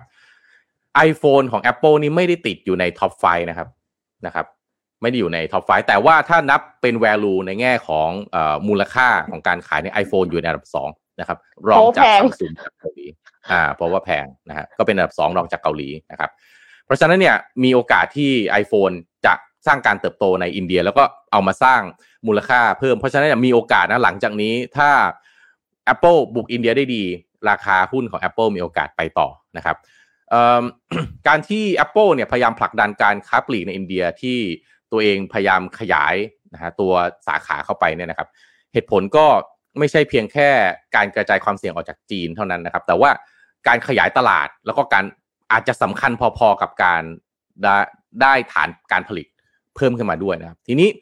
Speaker 3: iPhone ของ Apple นี่ไม่ได้ติดอยู่ในท็อปไฟว์นะครับนะครับไม่ได้อยู่ในท็อปไฟว์แต่ว่าถ้านับเป็น value ในแง่ของเอ่อมูลค่าของการขายใน iPhone อยู่ในอันดับสองนะครับรองจาก Samsung จากเกาหลีอ่าเพราะว่าแพงนะฮะก็เป็นอันดับสองรองจากเกาหลีนะครับเพราะฉะนั้นเนี่ยมีโอกาสที่ iPhone จะสร้างการเติบโตในอินเดียแล้วก็เอามาสร้างมูลค่าเพิ่มเพราะฉะนั้นมีโอกาสนะหลังจากนี้ถ้า Apple บุกอินเดียได้ดีราคาหุ้นของ Apple มีโอกาสไปต่อนะครับการที่ Apple เนี่ยพยายามผลักดันการค้าปลีกในอินเดียที่ตัวเองพยายามขยายนะฮะตัวสาขาเข้าไปเนี่ยนะครับเหตุผลก็ไม่ใช่เพียงแค่การกระจายความเสี่ยงออกจากจีนเท่านั้นนะครับแต่ว่าการขยายตลาดแล้วก็การอาจจะสำคัญพอๆกับการได้ได้ฐานการผลิตเพิ่มขึ้นมาด้วยนะครับทีนี้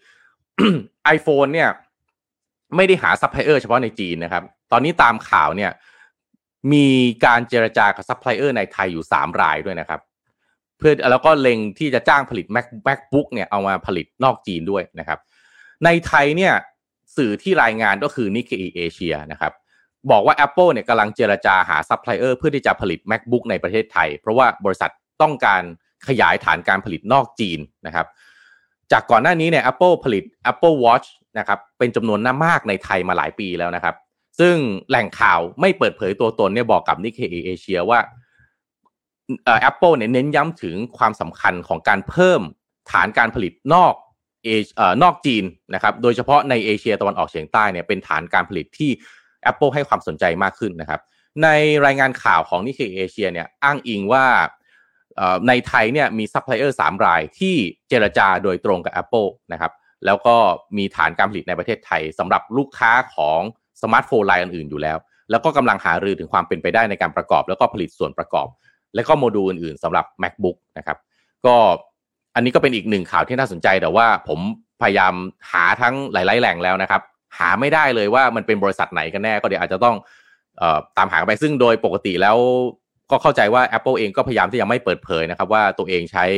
Speaker 3: iPhone เนี่ยไม่ได้หาซัพพลายเออร์เฉพาะในจีนนะครับตอนนี้ตามข่าวเนี่ยมีการเจรจากับซัพพลายเออร์ในไทยอยู่สามรายด้วยนะครับเพื่อแล้วก็เล็งที่จะจ้างผลิต Mac MacBook เนี่ยเอามาผลิตนอกจีนด้วยนะครับในไทยเนี่ยสื่อที่รายงานก็คือ Nikkei Asia นะครับบอกว่า Apple เนี่ยกำลังเจรจาหาซัพพลายเออร์เพื่อที่จะผลิต MacBook ในประเทศไทยเพราะว่าบริษัทต้องการขยายฐานการผลิตนอกจีนนะครับจากก่อนหน้านี้เนี่ย Apple ผลิต Apple Watch นะครับเป็นจำนวนมากในไทยมาหลายปีแล้วนะครับซึ่งแหล่งข่าวไม่เปิดเผยตัวตนเนี่ยบอกกับ Nikkei Asia ว่าเอ่อ Apple เนี่ยเน้นย้ำถึงความสำคัญของการเพิ่มฐานการผลิตนอกเอเอ่อนอกจีนนะครับโดยเฉพาะในเอเชียตะวันออกเฉียงใต้เนี่ยเป็นฐานการผลิตที่ Apple ให้ความสนใจมากขึ้นนะครับในรายงานข่าวของ Nikkei Asia เนี่ยอ้างอิงว่าเอ่อในไทยเนี่ยมีซัพพลายเออร์สามรายที่เจรจาโดยตรงกับ Apple นะครับแล้วก็มีฐานการผลิตในประเทศไทยสำหรับลูกค้าของสมาร์ทโฟนรายอื่นๆอยู่แล้วแล้วก็กำลังหารือถึงความเป็นไปได้ในการประกอบแล้วก็ผลิตส่วนประกอบและก็โมดูลอื่นๆสำหรับ MacBook นะครับก็อันนี้ก็เป็นอีกหนึ่งข่าวที่น่าสนใจแต่ว่าผมพยายามหาทั้งหลายๆแหล่งแล้วนะครับหาไม่ได้เลยว่ามันเป็นบริษัทไหนกันแน่ก็เดี๋ยวอาจจะต้องเอ่อตามหาไปซึ่งโดยปกติแล้วก็เข้าใจว่า Apple เองก็พยายามที่จะไม่เปิดเผยนะครับว่าตัวเองใช้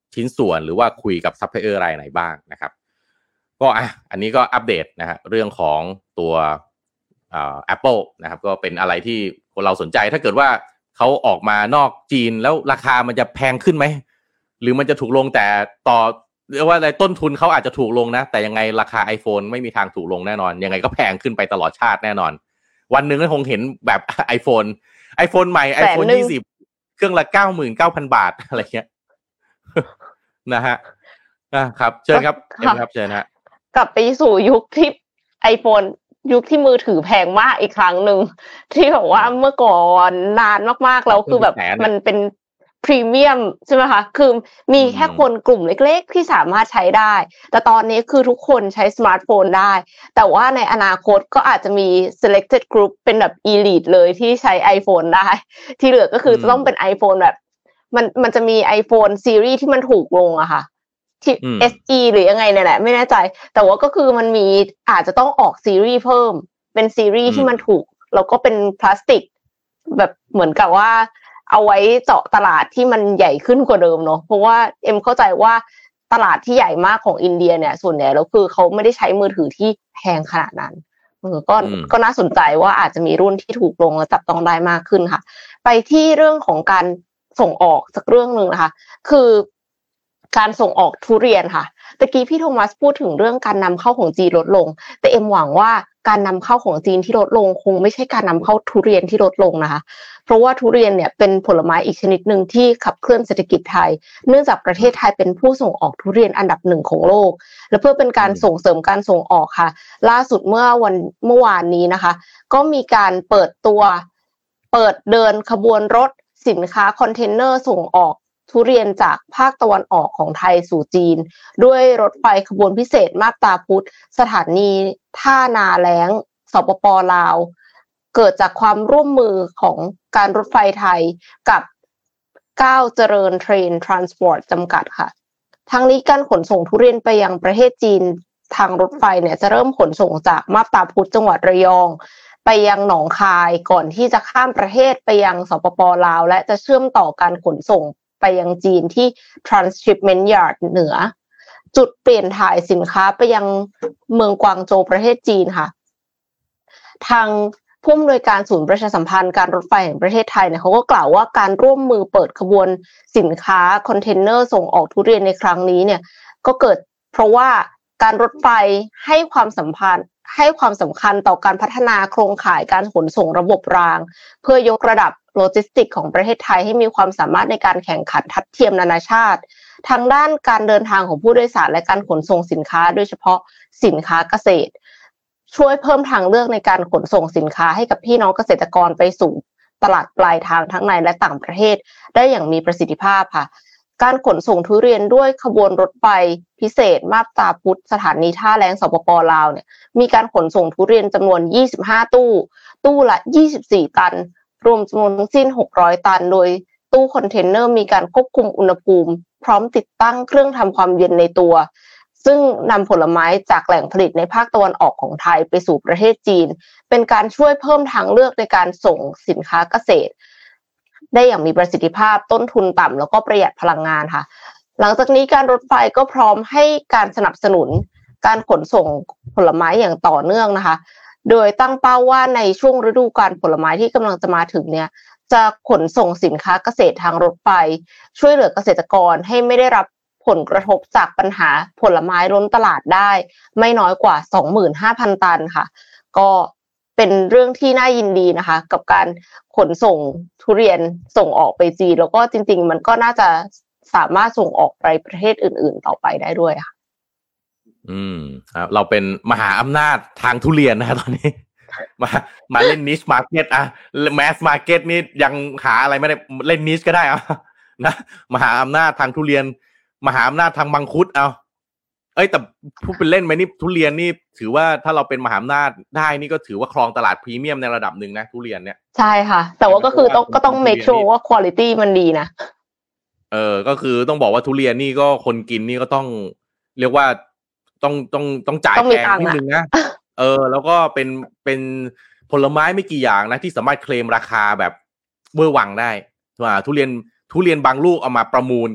Speaker 3: ชิ้นส่วนหรือว่าคุยกับซัพพลายเออร์รายไหนบ้างนะครับก็อ่ะอันนี้ก็อัปเดตนะฮะเรื่องของตัวอ่า Apple นะครับก็เป็นอะไรที่คนเราสนใจถ้าเกิดว่าเขาออกมานอกจีนแล้วราคามันจะแพงขึ้นไหมหรือมันจะถูกลงแต่ต่อเรียกว่าอะไรต้นทุนเขาอาจจะถูกลงนะแต่ยังไงราคา iPhone ไม่มีทางถูกลงแน่นอนยังไงก็แพงขึ้นไปตลอดชาติแน่นอนวันนึงก็คงเห็นแบบ iPhone iPhone ใหม่ iPhone ยี่สิบเครื่องละ เก้าหมื่นเก้าพัน บาทอะไรเงี้ยนะฮะนะครับเชิญครับเอ็มครับเชิญฮะ
Speaker 4: กลับไปสู่ยุคที่ iPhone ยุคที่มือถือแพงมากอีกครั้งนึงที่แบบว่าเมื่อก่อนนานมากๆแล้วคือแบบมันเป็นพรีเมียมใช่ไหมคะคือมีแค่คนกลุ่มเล็กๆที่สามารถใช้ได้แต่ตอนนี้คือทุกคนใช้สมาร์ทโฟนได้แต่ว่าในอนาคตก็อาจจะมี selected group เป็นแบบ elite เลยที่ใช้ iPhone ได้ที่เหลือก็คือจะต้องเป็น iPhone แบบมันมันจะมี iPhone ซีรีส์ที่มันถูกลงอะค่ะที่ เอส อี หรือยังไงเนี่ยแหละไม่แน่ใจแต่ว่าก็คือมันมีอาจจะต้องออกซีรีส์เพิ่มเป็นซีรีส์ที่มันถูกแล้วก็เป็นพลาสติกแบบเหมือนกับว่าเอาไว้เจาะตลาดที่มันใหญ่ขึ้นกว่าเดิมเนาะเพราะว่าเอ็มเข้าใจว่าตลาดที่ใหญ่มากของอินเดียเนี่ยส่วนใหญ่แล้วคือเขาไม่ได้ใช้มือถือที่แพงขนาดนั้นเออก็ก็น่าสนใจว่าอาจจะมีรุ่นที่ถูกลงและจับต้องได้มากขึ้นค่ะไปที่เรื่องของการส่งออกสักเรื่องนึงนะคะคือการส่งออกทุเรียนค่ะตะกี้พี่โทมัสพูดถึงเรื่องการนำเข้าของจีนลดลงแต่เอ็มหวังว่าการนำเข้าของจีนที่ลดลงคงไม่ใช่การนำเข้าทุเรียนที่ลดลงนะคะเพราะว่าทุเรียนเนี่ยเป็นผลไม้อีกชนิดหนึ่งที่ขับเคลื่อนเศรษฐกิจไทยเนื่องจากประเทศไทยเป็นผู้ส่งออกทุเรียนอันดับหนึ่งของโลกและเพื่อเป็นการส่งเสริมการส่งออกค่ะล่าสุดเมื่อวันเมื่อวานนี้นะคะก็มีการเปิดตัวเปิดเดินขบวนรถสินค้าคอนเทนเนอร์ส่งออกทุเรียนจากภาคตะวันออกของไทยสู่จีนด้วยรถไฟขบวนพิเศษมาบตาพุธสถานีท่านาแล้งสปป.ลาวเกิดจากความร่วมมือของการรถไฟไทยกับก้าวเจริญเทรนทรานสปอร์ตจำกัดค่ะทั้งนี้การขนส่งทุเรียนไปยังประเทศจีนทางรถไฟเนี่ยจะเริ่มขนส่งจากมาบตาพุธจังหวัดระยองไปยังหนองคายก่อนที่จะข้ามประเทศไปยังสปป.ลาวและจะเชื่อมต่อการขนส่งไปยังจีนที่ Transshipment Yard เหนือจุดเปลี่ยนถ่ายสินค้าไปยังเมืองกวางโจวประเทศจีนค่ะทางผู้อำนวยการศูนย์ประชาสัมพันธ์การรถไฟแห่งประเทศไทยเนี่ยเขาก็กล่าวว่าการร่วมมือเปิดขบวนสินค้าคอนเทนเนอร์ส่งออกทุเรียนในครั้งนี้เนี่ยก็เกิดเพราะว่าการรถไฟให้ความสัมพันธ์ให้ความสำคัญต่อการพัฒนาโครงข่ายการขนส่งระบบรางเพื่อยกระดับโลจิสติกของประเทศไทยให้มีความสามารถในการแข่งขันทัดเทียมนานาชาติทางด้านการเดินทางของผู้โดยสารและการขนส่งสินค้าโดยเฉพาะสินค้าเกษตรช่วยเพิ่มทางเลือกในการขนส่งสินค้าให้กับพี่น้องเกษตรกรไปสู่ตลาดปลายทางทั้งในและต่างประเทศได้อย่างมีประสิทธิภาพค่ะการขนส่งทุเรียนด้วยขบวนรถไฟพิเศษมาบตาพุธสถานีท่าแล้งสปป.ลาวเนี่ยมีการขนส่งทุเรียนจำนวนยี่สิบห้าตู้ตู้ละยี่สิบสี่ตันรวมจำนวนทั้งสิ้นหกร้อยตันโดยตู้คอนเทนเนอร์มีการควบคุมอุณหภูมิพร้อมติดตั้งเครื่องทำความเย็นในตัวซึ่งนำผลไม้จากแหล่งผลิตในภาคตะวันออกของไทยไปสู่ประเทศจีนเป็นการช่วยเพิ่มทางเลือกในการส่งสินค้าเกษตรได้อย่างมีประสิทธิภาพต้นทุนต่ำแล้วก็ประหยัดพลังงานค่ะหลังจากนี้การรถไฟก็พร้อมให้การสนับสนุนการขนส่งผลไม้อย่างต่อเนื่องนะคะโดยตั้งเป้าว่าในช่วงฤดูกาลผลไม้ที่กำลังจะมาถึงเนี่ยจะขนส่งสินค้าเกษตรทางรถไฟช่วยเหลือเกษตรกรให้ไม่ได้รับผลกระทบจากปัญหาผลไม้ล้นตลาดได้ไม่น้อยกว่า สองหมื่นห้าพัน ตันค่ะก็เป็นเรื่องที่น่ายินดีนะคะกับการขนส่งทุเรียนส่งออกไปจีนแล้วก็จริงๆมันก็น่าจะสามารถส่งออกไปประเทศอื่นๆต่อไปได้ด้วยค่ะ
Speaker 3: อืมครับเราเป็นมหาอำนาจทางทุเรียนนะตอนนี้มามาเล่นนิชมาร์เก็ตอะแมสมาร์เก็ตนี่ยังหาอะไรไม่ได้เล่นนิชก็ได้อะนะมหาอำนาจทางทุเรียนมหาอำนาจทางมังคุดเอาเอ้ยแต่พูดเป็นเล่นไหมนี่ทุเรียนนี่ถือว่าถ้าเราเป็นมหาอำนาจได้นี่ก็ถือว่าครองตลาดพรีเมียมในระดับหนึ่งนะทุเรียนเนี่ย
Speaker 4: ใช่ค่ะแต่ว่าก็คือต้องก็ต้อง make sure ว่า quality มันดีนะ
Speaker 3: เออก็คือต้องบอกว่าทุเรียนนี่ก็คนกินนี่ก็ต้องเรียกว่าต้องต้องต้องจ่ายแพงนิดนึงนะเออแล้วก็เป็นเป็นผลไม้ไม่กี่อย่างนะที่สามารถเคลมราคาแบบเวอร์วังได้ว่าทุเรียนทุเรียนบางลูกเอามาประมูลกัน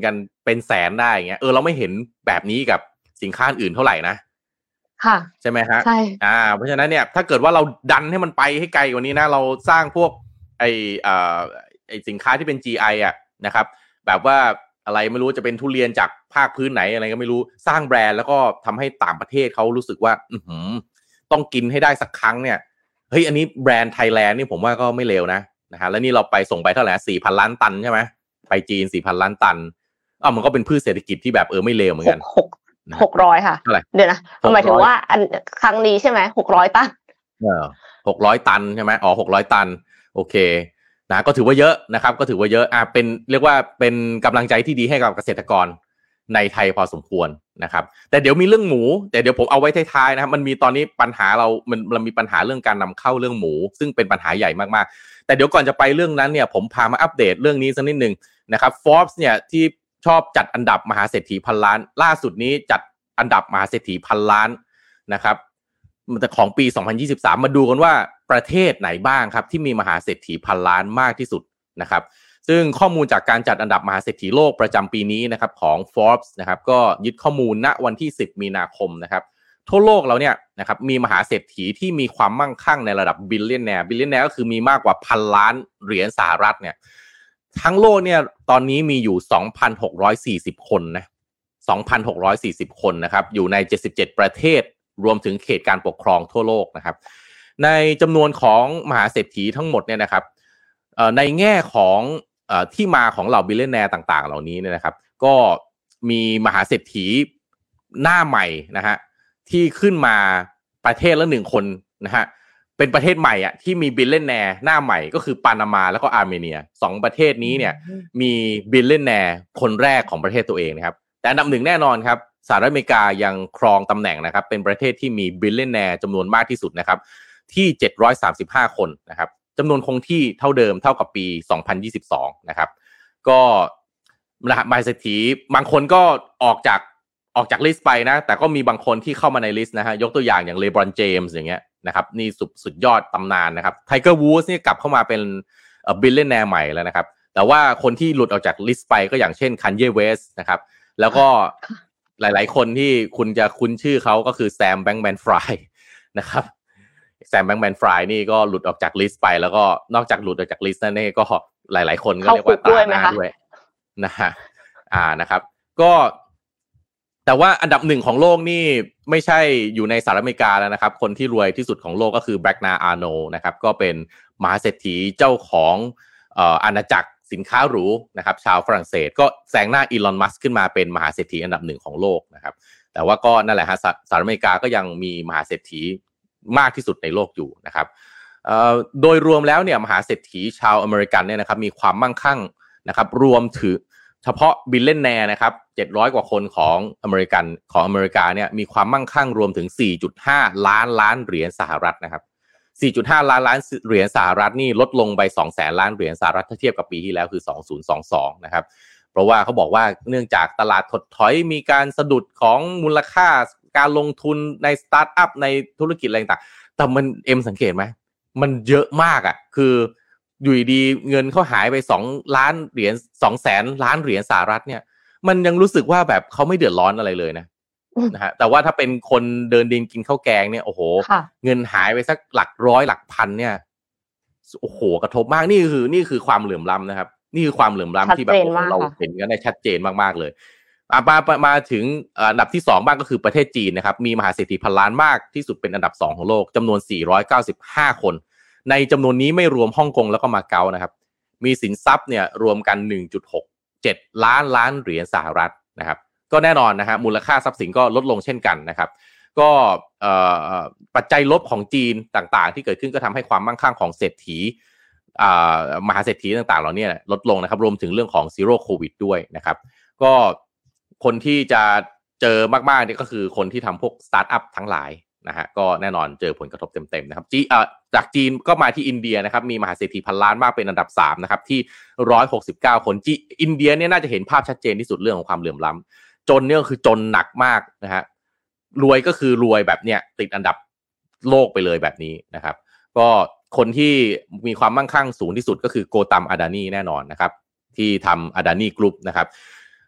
Speaker 3: เป็นแสนได้อย่างเงี้ยเออเราไม่เห็นแบบนี้กับสินค้าอื่นเท่าไหร่นะ
Speaker 4: ค่ะ
Speaker 3: ใช่ไหมฮะ
Speaker 4: ใช่
Speaker 3: อ่าเพราะฉะนั้นเนี่ยถ้าเกิดว่าเราดันให้มันไปให้ไกลกว่านี้นะเราสร้างพวกไอเอ่อไอสินค้าที่เป็น จี ไอ อ่ะนะครับแบบว่าอะไรไม่รู้จะเป็นทุเรียนจากภาคพื้นไหนอะไรก็ไม่รู้สร้างแบรนด์แล้วก็ทำให้ต่างประเทศเขารู้สึกว่าอื้อหือต้องกินให้ได้สักครั้งเนี่ยเฮ้ยอันนี้แบรนด์ไทยแลนด์นี่ผมว่าก็ไม่เลวนะนะฮะแล้วนี่เราไปส่งไปเท่าไหร่ สี่พัน ล้านตันใช่ไหมไปจีน สี่พัน ล้านตันอ้าวมันก็เป็นพืชเศรษฐกิจที่แบบเออไม่เลวเหมือนกัน
Speaker 4: หกร้อยค่ะเดี๋ยวนะหมายถึงว่าอันครั้งนี้ใช่ไหมหกร้อยตัน
Speaker 3: เออหกร้อยตันใช่ไหมอ๋อหกร้อยตันโอเคนะก็ถือว่าเยอะนะครับก็ถือว่าเยอะอ่ะเป็นเรียกว่าเป็นกำลังใจที่ดีให้กับเกษตรกรในไทยพอสมควรนะครับแต่เดี๋ยวมีเรื่องหมูแต่เดี๋ยวผมเอาไว้ท้ายๆนะครับมันมีตอนนี้ปัญหาเรามันเรามีปัญหาเรื่องการนำเข้าเรื่องหมูซึ่งเป็นปัญหาใหญ่มากๆแต่เดี๋ยวก่อนจะไปเรื่องนั้นเนี่ยผมพามาอัปเดตเรื่องนี้สักนิดนึงนะครับ Forbes เนี่ยที่ชอบจัดอันดับมหาเศรษฐีพันล้านล่าสุดนี้จัดอันดับมหาเศรษฐีพันล้านนะครับของปีสองพันยี่สิบสามมาดูกันว่าประเทศไหนบ้างครับที่มีมหาเศรษฐีพันล้านมากที่สุดนะครับซึ่งข้อมูลจากการจัดอันดับมหาเศรษฐีโลกประจำปีนี้นะครับของ Forbes นะครับก็ยึดข้อมูลณวันที่สิบมีนาคมนะครับทั่วโลกเราเนี่ยนะครับมีมหาเศรษฐีที่มีความมั่งคั่งในระดับบิลเลียนแนร์บิลเลียนแนร์ก็คือมีมากกว่าพันล้านเหรียญสหรัฐเนี่ยทั้งโลกเนี่ยตอนนี้มีอยู่ สองพันหกร้อยสี่สิบ คนนะ สองพันหกร้อยสี่สิบ คนนะครับอยู่ในเจ็ดสิบเจ็ดประเทศรวมถึงเขตการปกครองทั่วโลกนะครับในจำนวนของมหาเศรษฐีทั้งหมดเนี่ยนะครับในแง่ของที่มาของเหล่าบิลเลนแนร์ต่างๆเหล่านี้เนี่ยนะครับก็มีมหาเศรษฐีหน้าใหม่นะฮะที่ขึ้นมาประเทศละหนึ่งคนนะฮะเป็นประเทศใหม่อ่ะที่มีบิลเลนแนร์หน้าใหม่ก็คือปานามาแล้วก็อาร์เมเนียสองประเทศนี้เนี่ยมีบิลเลนแนร์คนแรกของประเทศตัวเองนะครับแต่อันดับหนึ่งแน่นอนครับสหรัฐอเมริกายังครองตำแหน่งนะครับเป็นประเทศที่มีบิลเลนแนร์จำนวนมากที่สุดนะครับที่เจ็ดร้อยสามสิบห้าคนนะครับจำนวนคงที่เท่าเดิมเท่ากับปีสองพันยี่สิบสองนะครับก็มหาเศรษฐีบางคนก็ออกจากออกจากลิสต์ไปนะแต่ก็มีบางคนที่เข้ามาในลิสต์นะฮะยกตัวอย่างอย่างเลบรอนเจมส์อย่างเงี้ยนะครับนี่สุดสุดยอดตำนานนะครับไทเกอร์วูดส์นี่กลับเข้ามาเป็นเอ่อบิลเลนแนร์ใหม่แล้วนะครับแต่ว่าคนที่หลุดออกจากลิสต์ไปก็อย่างเช่นคันเยเวสนะครับแล้วก็หลายๆคนที่คุณจะคุ้นชื่อเขาก็คือแซมแบงค์แมนฟรายนะครับแซมแบงค์แมนฟรายนี่ก็หลุดออกจากลิสต์ไปแล้วก็นอกจากหลุดออกจากลิสต์นั่นเองก็หลายๆคนก็เรียกว่าตาหน้าด้วยนะฮะอ่านะครับก็แต่ว่าอันดับหนึ่งของโลกนี่ไม่ใช่อยู่ในสหรัฐอเมริกาแล้วนะครับคนที่รวยที่สุดของโลกก็คือแบล็กนาอาร์โนนะครับก็เป็นมหาเศรษฐีเจ้าของเอ่ออาณาจักรสินค้าหรูนะครับชาวฝรั่งเศสก็แซงหน้าอีลอนมัสก์ขึ้นมาเป็นมหาเศรษฐีอันดับหนึ่งของโลกนะครับแต่ว่าก็นั่นแหละฮะสหรัฐอเมริกาก็ยังมีมหาเศรษฐีมากที่สุดในโลกอยู่นะครับเอ่อโดยรวมแล้วเนี่ยมหาเศรษฐีชาวอเมริกันเนี่ยนะครับมีความมั่งคั่งนะครับรวมถึงเฉพาะบิลเลนแนร์นะครับเจ็ดร้อยกว่าคนของอเมริกันของอเมริกาเนี่ยมีความมั่งคั่งรวมถึง สี่จุดห้า ล้านล้านเหรียญสหรัฐนะครับ สี่จุดห้า ล้านล้านเหรียญสหรัฐนี่ลดลงไป สองแสน ล้านเหรียญสหรัฐถ้าเทียบกับปีที่แล้วคือสองพันยี่สิบสองนะครับเพราะว่าเขาบอกว่าเนื่องจากตลาดถดถอยมีการสะดุดของมูลค่าการลงทุนในสตาร์ทอัพในธุรกิจอะไรต่างๆแต่มันเอ็มสังเกตไหมมันเยอะมากอ่ะคืออยู่ดีเงินเขาหายไปสองล้านเหรียญ สองแสน ล้านเหรียญสหรัฐเนี่ยมันยังรู้สึกว่าแบบเขาไม่เดือดร้อนอะไรเลยนะนะฮะแต่ว่าถ้าเป็นคนเดินดินกินข้าวแกงเนี่ยโอ้โหเงินหายไปสักหลักร้อยหลักพันเนี่ยโอ้โหกระทบมากนี่คือนี่คือความเหลื่อมล้ำนะครับนี่คือความเหลื่อมล้ำที่แบบเราเห็นกันได้ชัดเจนมากๆเลยมามาถึงอันดับที่สองบ้างก็คือประเทศจีนนะครับมีมหาเศรษฐีพันล้านมากที่สุดเป็นอันดับสองของโลกจำนวนสี่ร้อยเก้าสิบห้าคนในจำนวนนี้ไม่รวมฮ่องกงแล้วก็มาเก๊านะครับมีสินทรัพย์เนี่ยรวมกัน หนึ่งจุดหกเจ็ด ล้านล้านเหรียญสหรัฐนะครับก็แน่นอนนะฮะมูลค่าทรัพย์สินก็ลดลงเช่นกันนะครับก็ปัจจัยลบของจีนต่างๆที่เกิดขึ้นก็ทำให้ความมั่งคั่งของเศรษฐีมหาเศรษฐีต่างๆเหล่านี้ลดลงนะครับรวมถึงเรื่องของซีโร่โควิดด้วยนะครับก็คนที่จะเจอมากๆนี่ก็คือคนที่ทำพวกสตาร์ทอัพทั้งหลายนะฮะก็แน่นอนเจอผลกระทบเต็มๆนะครับจีเอ่อจากจีนก็มาที่อินเดียนะครับมีมหาเศรษฐีพันล้านมากเป็นอันดับสามนะครับที่หนึ่งร้อยหกสิบเก้าคนจีอินเดียเนี่ยน่าจะเห็นภาพชัดเจนที่สุดเรื่องของความเหลื่อมล้ำจนเนี่ยคือจนหนักมากนะฮะรวยก็คือรวยแบบเนี้ยติดอันดับโลกไปเลยแบบนี้นะครับก็คนที่มีความมั่งคั่งสูงที่สุดก็คือโกตัมอาดานีแน่นอนนะครับที่ทำอาดานีกรุ๊ปนะครับ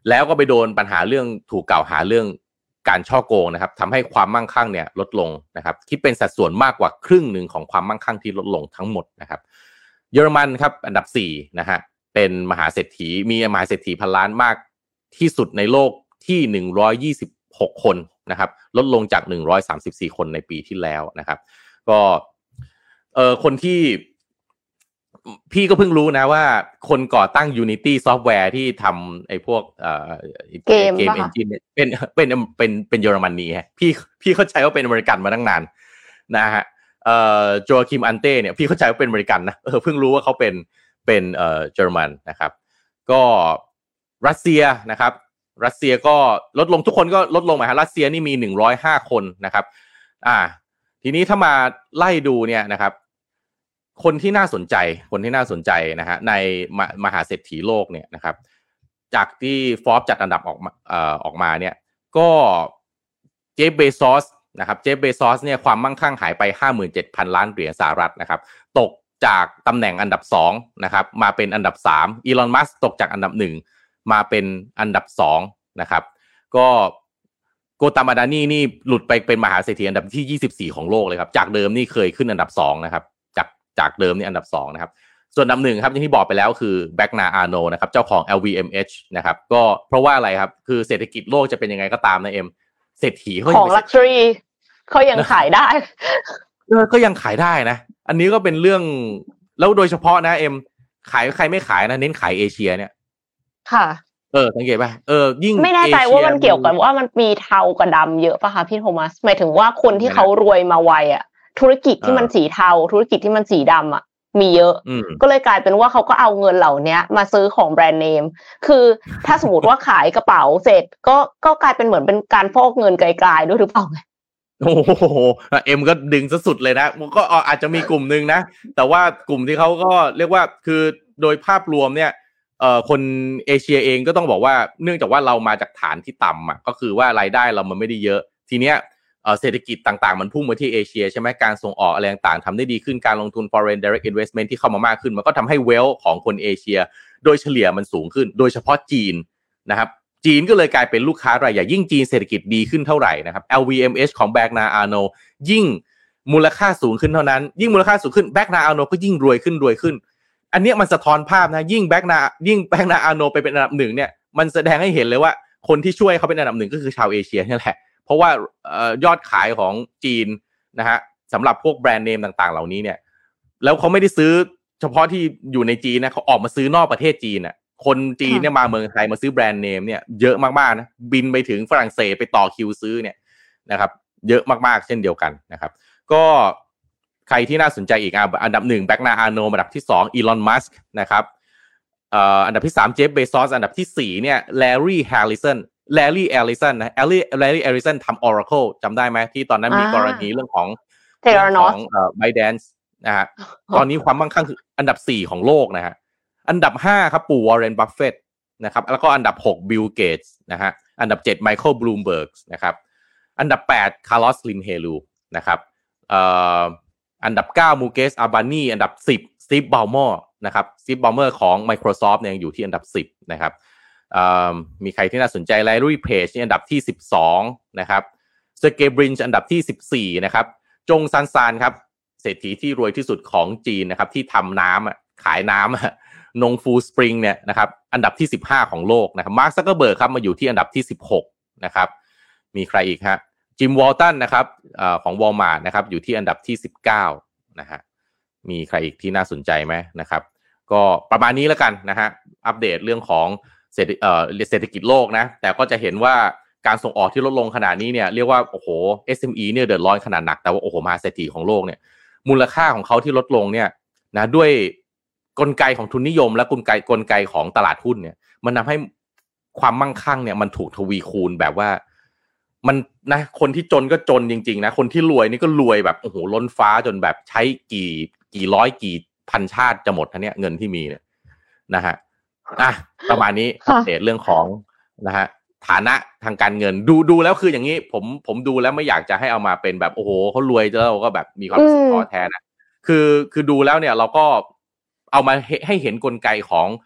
Speaker 3: แล้วก็ไปโดนปัญหาเรื่องถูกกล่าวหาเรื่องการฉ้อโกงนะครับทำให้ความมั่งคั่งเนี่ยลดลงนะครับคิดเป็นสัดส่วนมากกว่าครึ่งหนึ่งของความมั่งคั่งที่ลดลงทั้งหมดนะครับเยอรมันครับอันดับสี่นะฮะเป็นมหาเศรษฐีมีมหาเศรษฐีพันล้านมากที่สุดในโลกที่หนึ่งร้อยยี่สิบหกคนนะครับลดลงจากหนึ่งร้อยสามสิบสี่คนในปีที่แล้วนะครับก็เอ่อคนที่พี่ก็เพิ่งรู้นะว่าคนก่อตั้ง Unity Software ที่ทำไอ้พวกเอ่อเกมเกมเอนจินเนี่ยเป็นเป็นเป็นเป็นเยอรมนีฮะพี่พี่เข้าใจว่าเป็นอเมริกันมาตั้งนานนะฮะเอ่อโจอาคิมอันเต้เนี่ยพี่เข้าใจว่าเป็นอเมริกันนะเออเพิ่งรู้ว่าเขาเป็นเป็นเอ่อเยอรมันนะครับก็รัสเซียนะครับรัสเซียก็ลดลงทุกคนก็ลดลงมาฮะรัสเซียนี่มีหนึ่งร้อยห้าคนนะครับอ่าทีนี้ถ้ามาไล่ดูเนี่ยนะครับคนที่น่าสนใจคนที่น่าสนใจนะฮะในมมหาเศรษฐีโลกเนี่ยนะครับจากที่ฟอร์บจัดอันดับออกมาเอ่อออกมาเนี่ยก็เจฟเบซอสนะครับเจฟเบซอสเนี่ยความมั่งคั่งหายไป ห้าหมื่นเจ็ดพัน ล้านเหรียญสหรัฐนะครับตกจากตำแหน่งอันดับสองนะครับมาเป็นอันดับสามอีลอนมัสก์ตกจากอันดับหนึ่งมาเป็นอันดับสองนะครับก็โกตามอาดานีนี่หลุดไปเป็นมหาเศรษฐีอันดับที่ยี่สิบสี่ของโลกเลยครับจากเดิมนี่เคยขึ้นอันดับสองนะครับจากจากเดิมนี่อันดับสองนะครับส่วนอันดับหนึ่งครับอย่างที่บอกไปแล้วคือแบ็กนาอาร์โนนะครับเจ้าของ แอล วี เอ็ม เอช นะครับก็เพราะว่าอะไรครับคือเศรษฐกิจโลกจะเป็นยังไงก็ตามนะเอ็มเศรษฐีเขา
Speaker 4: ของ luxury เขายังขายได้
Speaker 3: เออก็ยังขายได้นะอันนี้ก็เป็นเรื่องแล้วโดยเฉพาะนะเอ็มขายใครไม่ขายนะเน้นขายเอเชียเนี่ย
Speaker 4: ค่ะ
Speaker 3: เออสังเกตป่ะเออยิ่ง
Speaker 4: ไม่แน่ใจว่ามันเกี่ยวกับว่ามันมีเทากับดำเยอะป่ะคะพี่โทมัสหมายถึงว่าคนที่เขารวยมาไวอ่ะธุรกิจที่มันสีเทาธุรกิจที่มันสีดำอ่ะมีเยอะก็เลยกลายเป็นว่าเขาก็เอาเงินเหล่านี้มาซื้อของแบรนด์เนมคือถ้าสมมติว่าขายกระเป๋าเสร็จก็ก็กลายเป็นเหมือนเป็นการฟอกเงินไกลๆด้วยหรือเปล่า
Speaker 3: โอ้โหเอ็มก็ดึงซะสุดเลยนะมันก็อาจจะมีกลุ่มนึงนะแต่ว่ากลุ่มที่เขาก็เรียกว่าคือโดยภาพรวมเนี่ยเอ่อคนเอเชียเองก็ต้องบอกว่าเนื่องจากว่าเรามาจากฐานที่ต่ำอ่ะก็คือว่ารายได้เรามันไม่ได้เยอะทีเนี้ยเอ่อเศรษฐกิจต่างๆมันพุ่งมาที่เอเชียใช่ไหมการส่งออกอะไรต่างๆทำได้ดีขึ้นการลงทุน foreign direct investment ที่เข้ามามากขึ้นมันก็ทำให้ wealth ของคนเอเชียโดยเฉลี่ยมันสูงขึ้นโดยเฉพาะจีนนะครับจีนก็เลยกลายเป็นลูกค้ารายใหญ่ยิ่งจีนเศรษฐกิจดีขึ้นเท่าไหร่นะครับ แอล วี เอ็ม เอช ของ Bernard Arnault ยิ่งมูลค่าสูงขึ้นเท่านั้นยิ่งมูลค่าสูงขึ้น Bernard Arnault ก็ยิ่งรวยขึ้นรวยขึ้นอันนี้มันสะท้อนภาพนะยิ่ง Bernard ยิ่ง Bernard Arnault ไปเป็นอันดับหนึ่งเนี่ยมันแสดงให้เห็นเลยว่าคนที่ช่วยเขาเป็นอันดับหนึ่งก็คือชาวเอเชียนี่แหละเพราะว่ายอดขายของจีนนะฮะสำหรับพวกแบรนด์เนมต่างๆเหล่านี้เนี่ยแล้วเขาไม่ได้ซื้อเฉพาะที่อยู่ในจีนนะเขาออกมาซื้อนอกประเทศจีนน่ะคนจีนเนี่ยมาเมืองไทยมาซื้อแบรนด์เนมเนี่ยเยอะมากๆนะบินไปถึงฝรั่งเศสไปต่อคิวซื้อเนี่ยนะครับเยอะมากๆเช่นเดียวกันนะครับก็ใครที่น่าสนใจอีกอันดับหนึ่งแบ็กนาอาร์โนอันดับที่สองอีลอนมัสก์นะครับเอ่ออันดับที่สามเจฟเบซอสอันดับที่สี่เนี่ยแลรี่แฮร์ริสันแลรี่แอริสันนะแลรี่แลรี่แอริสันทำ Oracle จำได้ไหมที่ตอนนั้นมีกรณีเรื่องของ
Speaker 4: เรื่อง
Speaker 3: ของเอ่อ ByteDance นะฮะตอนนี้ความมั่งคั่งคืออันดับสี่ของโลกนะฮะอันดับห้าครับปู่วอร์เรนบัฟเฟตต์นะครับแล้วก็อันดับหกบิลเกตส์นะฮะอันดับเจ็ดไมเคิลบลูมเบิร์กนะครับอันดับแปดคาร์ลอสลินเฮลูนะครับเอ่ออันดับเก้ามูเกสอาบานีอันดับสิบสตีฟบัลมอร์นะครับสตีฟบัลเมอร์ของ Microsoft เนี่ยยังอยู่ที่อันดับสิบนะครับเอ่อมีใครที่น่าสนใจไลลุยเพจนี่อันดับที่สิบสองนะครับเซอร์เกย์บรินช์อันดับที่สิบสี่นะครับจงซันซานครับเศรษฐีที่รวยที่สุดของจีนนะครับที่ทำน้ำอ่ะขายน้ำอ่ะนงฟูสปริงเนี่ยนะครับอันดับที่สิบห้าของโลกนะครับมาร์คซักเคอร์เบิร์กครับมาอยู่ที่อันดับที่สิบหกนะครับมีใครอีกฮะจิมวอลตันนะครับเอ่อของ Walmart นะครับอยู่ที่อันดับที่สิบเก้านะฮะมีใครอีกที่น่าสนใจไหมนะครับก็ประมาณนี้แล้วกันนะฮะอัปเดตเรื่องของเศรษฐเอ่อเศรษฐกิจโลกนะแต่ก็จะเห็นว่าการส่งออกที่ลดลงขนาดนี้เนี่ยเรียกว่าโอ้โห เอส เอ็ม อี เนี่ยเดือดร้อนขนาดหนักแต่ว่าโอ้โหมหาเศรษฐีของโลกเนี่ยมูลค่าของเขาที่ลดลงเนี่ยนะด้วยกลไกของทุนนิยมและกลไกกลไกของตลาดหุ้นเนี่ยมันทำให้ความมั่งคั่งเนี่ยมันถูกทวีคูณแบบว่ามันนะคนที่จนก็จนจริงๆนะคนที่รวยนี่ก็รวยแบบโอ้โหล้นฟ้าจนแบบใช้กี่กี่ร้อยกี่พันชาติจะหมดทั้งเนี้ยเงินที่มีเนี่ยนะฮะอ่ะประมาณนี้อัปเดตเรื่องของนะฮะฐานะทางการเงินดูดูแล้วคืออย่างนี้ผมผมดูแล้วไม่อยากจะให้เอามาเป็นแบบโอ้โหเขารวยแล้วเราก็แบบมีความรู้สึกท้อแท้นะคือคือดูแล้วเนี่ยเราก็เอามาให้เห็นกลไกของ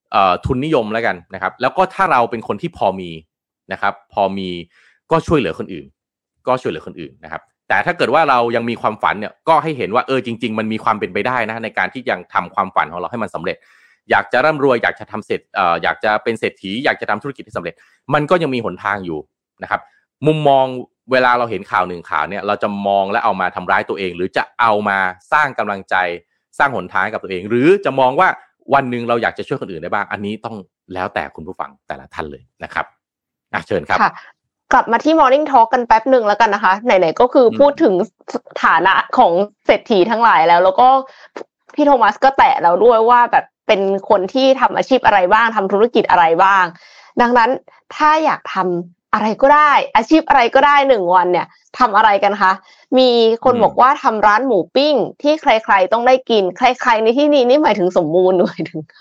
Speaker 3: เอ่อทุนนิยมแล้วกันนะครับแล้วก็ถ้าเราเป็นคนที่พอมีนะครับพอมีก็ช่วยเหลือคนอื่นก็ช่วยเหลือคนอื่นนะครับแต่ถ้าเกิดว่าเรายังมีความฝันเนี่ยก็ให้เห็นว่าเออจริงๆมันมีความเป็นไปได้นะในการที่ยังทำความฝันของเราให้มันสำเร็จอยากจะร่ำรวยอยากจะทำเสร็จเอ่ออยากจะเป็นเศรษฐีอยากจะทำธุรกิจที่สำเร็จมันก็ยังมีหนทางอยู่นะครับมุมมองเวลาเราเห็นข่าวหนึ่งข่าวเนี่ยเราจะมองและเอามาทำร้ายตัวเองหรือจะเอามาสร้างกำลังใจสร้างหนทางกับตัวเองหรือจะมองว่าวันหนึ่งเราอยากจะช่วยคนอื่นได้บ้างอันนี้ต้องแล้วแต่คุณผู้ฟังแต่ละท่านเลยนะครับอ่ะเชิญครับ
Speaker 4: กลับมาที่ Morning Talk กันแป๊บหนึ่งแล้วกันนะคะไหนๆก็คือพูดถึงฐานะของเศรษฐีทั้งหลายแล้วแล้วก็พี่โทมัสก็แตะแล้วด้วยว่าแบบเป็นคนที่ทำอาชีพอะไรบ้างทำธุรกิจอะไรบ้างดังนั้นถ้าอยากทำอะไรก็ได้อาชีพอะไรก็ได้หนึ่งวันเนี่ยทำอะไรกันคะมีคนบอกว่าทำร้านหมูปิ้งที่ใครๆต้องได้กินใครๆในที่นี้นี่หมายถึงสมบูรณ์หมายถึงใคร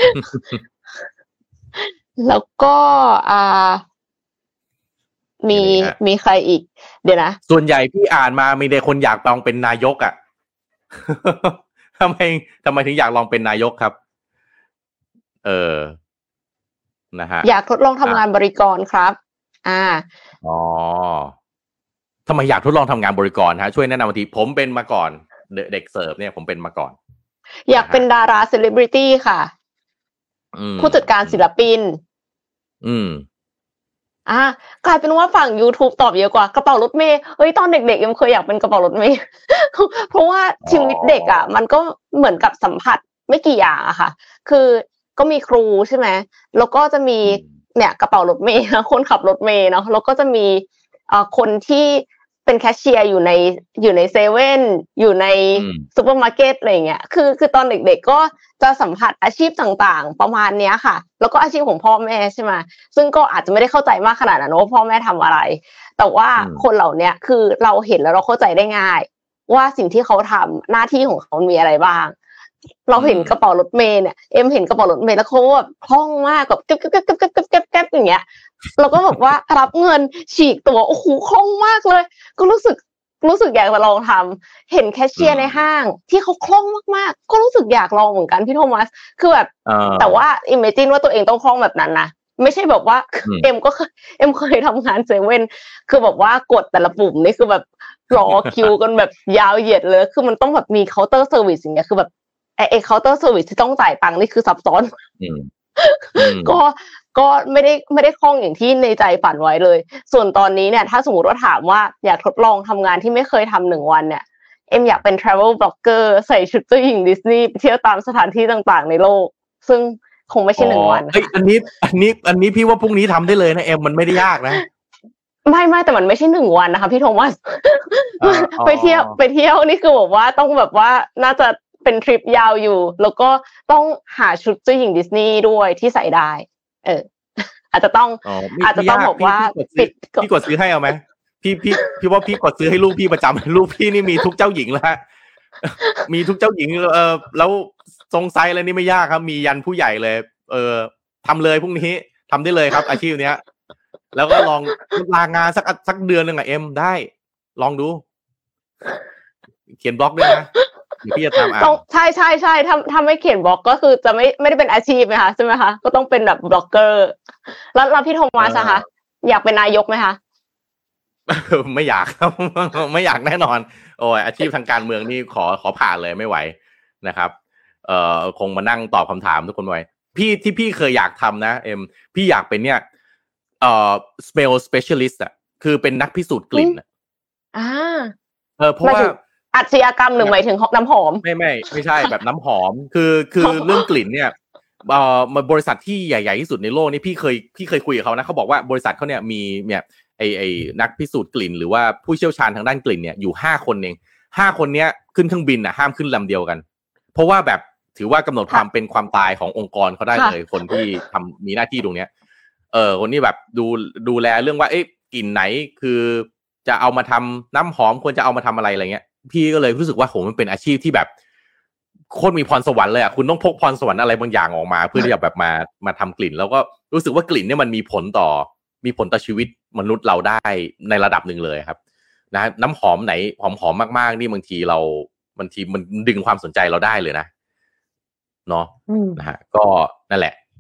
Speaker 4: แล้วก็อ่ามีมีใครอีกเดี๋ยวนะ
Speaker 3: ส่วนใหญ่พี่อ่านมามีแต่คนอยากลองเป็นนายกอ่ะ ทำไมทำไมถึงอยากลองเป็นนายกครับเออนะฮะ
Speaker 4: อยากทดลองทำงานบริกรครับอ่า
Speaker 3: อ๋อทำไมอยากทดลองทำงานบริกรฮะช่วยแนะนำทีผมเป็นมาก่อนเด็กเสิร์ฟเนี่ยผมเป็นมาก่อน
Speaker 4: อยากเป็นดาราเซเลบริตี้ค่ะผู้จัดการศิลปิน
Speaker 3: อืม
Speaker 4: อ่ากลายเป็นว่าฝั่ง YouTube ตอบเยอะกว่ากระเป๋ารถเมล์เฮ้ยตอนเด็กๆยังเคยอยากเป็นกระเป๋ารถเมล์ เพราะว่าชีวิตเด็กอ่ะมันก็เหมือนกับสัมผัสไม่กี่อย่างอะค่ะคือก็มีครูใช่ไหมแล้วก็จะมีเนี่ยกระเป๋ารถเมล์นะคนขับรถเมล์เนาะแล้วก็จะมีเอ่อคนที่เป็นแคชเชียร์อยู่ในอยู่ในเซเว่นอยู่ในซุปเปอร์มาร์เก็ตอะไรเงี้ยคือคือตอนเด็กๆก็จะสัมผัสอาชีพต่างๆประมาณเนี้ยค่ะแล้วก็อาชีพของพ่อแม่ใช่ไหมซึ่งก็อาจจะไม่ได้เข้าใจมากขนาดนั้นว่าพ่อแม่ทำอะไรแต่ว่าคนเหล่านี้คือเราเห็นแล้วเราเข้าใจได้ง่ายว่าสิ่งที่เขาทำหน้าที่ของเขามีอะไรบ้างเราเห็นกระเป๋ารถเมล์เนี่ยเอ็มเห็นกระเป๋ารถเมล์แล้วเขาแบบคล่องมากแบบแก๊บแก๊บแก๊บแก๊บแก๊บแก๊บแก๊บอย่างเงี้ยเราก็แบบว่ารับเงินฉีกตัวโอ้โหคล่องมากเลยก็รู้สึกรู้สึกอยากจะลองทำเห็นแคชเชียร์ในห้างที่เขาคล่องมากๆก็รู้สึกอยากลองเหมือนกันพี่โทมัสคือแบบแต่ว่าอิมเมจินว่าตัวเองต้องคล่องแบบนั้นนะไม่ใช่แบบว่าเอ็มก็เอ็มเคยทำงานเซเว่นคือแบบว่ากดแต่ละปุ่มนี่คือแบบรอคิวกันแบบยาวเหยียดเลยคือมันต้องแบบมีเคาน์เตอร์เซอร์วิสอย่างเงี้ยคือแบบไอ้เคาน์เตอร์เซอร์วิสที่ต้องจ่ายตังค์นี่คือซับซ้อนก็ก็ไม่ได้ไม่ได้คล่องอย่างที่ในใจฝันไว้เลยส่วนตอนนี้เนี่ยถ้าสมมติว่าถามว่าอยากทดลองทำงานที่ไม่เคยทำหนึ่งวันเนี่ยเอ็มอยากเป็น travel blogger ใส่ชุดเจ้าหญิงดิสนีย์ไปเที่ยวตามสถานที่ต่างๆในโลกซึ่งคงไม่ใช่หนึ่งวัน
Speaker 3: เฮ้ยอันนี้อันนี้อันนี้พี่ว่าพรุ่งนี้ทำได้เลยนะเอ็มมันไม่ได้ยากนะ
Speaker 4: ไม่ไม่แต่มันไม่ใช่หนึ่งวันนะคะพี่โทมัสไปเที่ยวไปเที่ยวนี่คือบอกว่าต้องแบบว่าน่าจะเป็นทริปยาวอยู่แล้วก็ต้องหาชุดเจ้าหญิงดิสนีย์ด้วยที่ใส่ได้เอออาจจะต้องอาจจะต้องบอกว่า
Speaker 3: ปิดพี่กดซื้อให้เอาไหมพี่พี่พี่ว่าพี่กดซื้อให้ลูกพี่ประจำลูกพี่นี่มีทุกเจ้าหญิงแล้วมีทุกเจ้าหญิงเออแล้วทรงไซส์อะไรนี่ไม่ยากครับมียันผู้ใหญ่เลยเออทำเลยพรุ่งนี้ทำได้เลยครับอาชีพเนี้ยแล้วก็ลองลางานสักสักเดือนนึงอ่ะเอ็มได้ลองดูเขียนบล็อกด้วยนะพี่จะทำอ่ะ
Speaker 4: ใช่ใช่ใช่ถ้าถ้าไม่เขียนบล็อกก็คือจะไม่ไม่ได้เป็นอาชีพไหมคะใช่ไหมคะก็ต้องเป็นแบบบล็อกเกอร์แล้วเราพี่โทมัสนะคะอยากเป็นนายกไหมคะ
Speaker 3: ไม่อยากไม่อยากแน่นอนโอ้ยอาชีพทางการเมืองนี่ขอขอผ่านเลยไม่ไหวนะครับเอ่อคงมานั่งตอบคำถามทุกคนไว้พี่ที่พี่เคยอยากทำนะเอ็มพี่อยากเป็นเนี่ยเอ่อ smell specialist อ่ะคือเป็นนักพิสูจน์กลิ่น
Speaker 4: อ่า
Speaker 3: เออเพราะว่า
Speaker 4: อาชญากรรมหรือหมายถึงน้ำหอม
Speaker 3: ไม่ไม่ไม่ใช่แบบน้ำหอมคือคือเรื่องกลิ่นเนี่ยเอ่อมาบริษัทที่ใหญ่ๆที่สุดในโลกนี่พี่เคยพี่เคยคุยกับเขานะเขาบอกว่าบริษัทเขาเนี่ยมีเนี่ยไอไอนักพิสูจน์กลิ่นหรือว่าผู้เชี่ยวชาญทางด้านกลิ่นเนี่ยอยู่ห้าคนเองห้าคนเนี้ยขึ้นเครื่องบินอ่ะห้ามขึ้นลำเดียวกันเพราะว่าแบบถือว่ากำหนดความเป็นความตายขององค์กรเขาได้เลยคนที่ทำมีหน้าที่ตรงเนี้ยเออคนนี้แบบดูดูแลเรื่องว่าเอ๊ะกลิ่นไหนคือจะเอามาทำน้ำหอมควรจะเอามาทำอะไรอะไรเงี้ยพี่ก็เลยรู้สึกว่าโหมันเป็นอาชีพที่แบบโคตรมีพรสวรรค์เลยอ่ะคุณต้องพกพรสวรรค์อะไรบางอย่างออกมาเพื่อที่จะแบบมามาทำกลิ่นแล้วก็รู้สึกว่ากลิ่นเนี่ยมันมีผลต่อมีผลต่อชีวิตมนุษย์เราได้ในระดับหนึ่งเลยครับนะน้ำหอมไหนหอมหอมมากๆนี่บางทีเราบางทีมันดึงความสนใจเราได้เลยนะเนาะนะฮะก็นั่นแหละ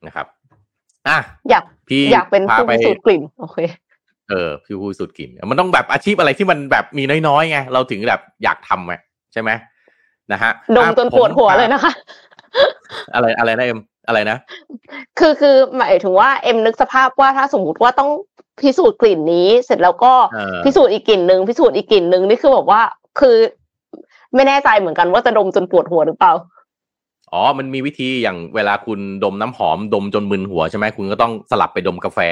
Speaker 3: นะครับอ่ะ
Speaker 4: อยาก
Speaker 3: พี่
Speaker 4: อยากเป็นผู้พิสูจน์กลิ่นโอเค
Speaker 3: เออพี่ผู้พิสูจน์กลิ่นมันต้องแบบอาชีพอะไรที่มันแบบมีน้อยๆไงเราถึงแบบอยากทำไงใช่ไหมนะฮะ
Speaker 4: ดมจนปวดหัวเลยนะคะ
Speaker 3: อะไรอะไรนะเอ็มอะไรนะ
Speaker 4: คือคือหมายถึงว่าเอ็มนึกสภาพว่าถ้าสมมุติว่าต้องพิสูจน์กลิ่นนี้เสร็จแล้วก็พิสูจน์อีกกลิ่นนึงพิสูจน์อีกกลิ่นนึงนี่คือแบบว่าคือไม่แน่ใจเหมือนกันว่าจะดมจนปวดหัวหรือเปล่า
Speaker 3: อ๋อมันมีวิธีอย่างเวลาคุณดมน้ำหอมดมจนมึนหัวใช่ไหมคุณก็ต้องสลับไปดมกาแฟ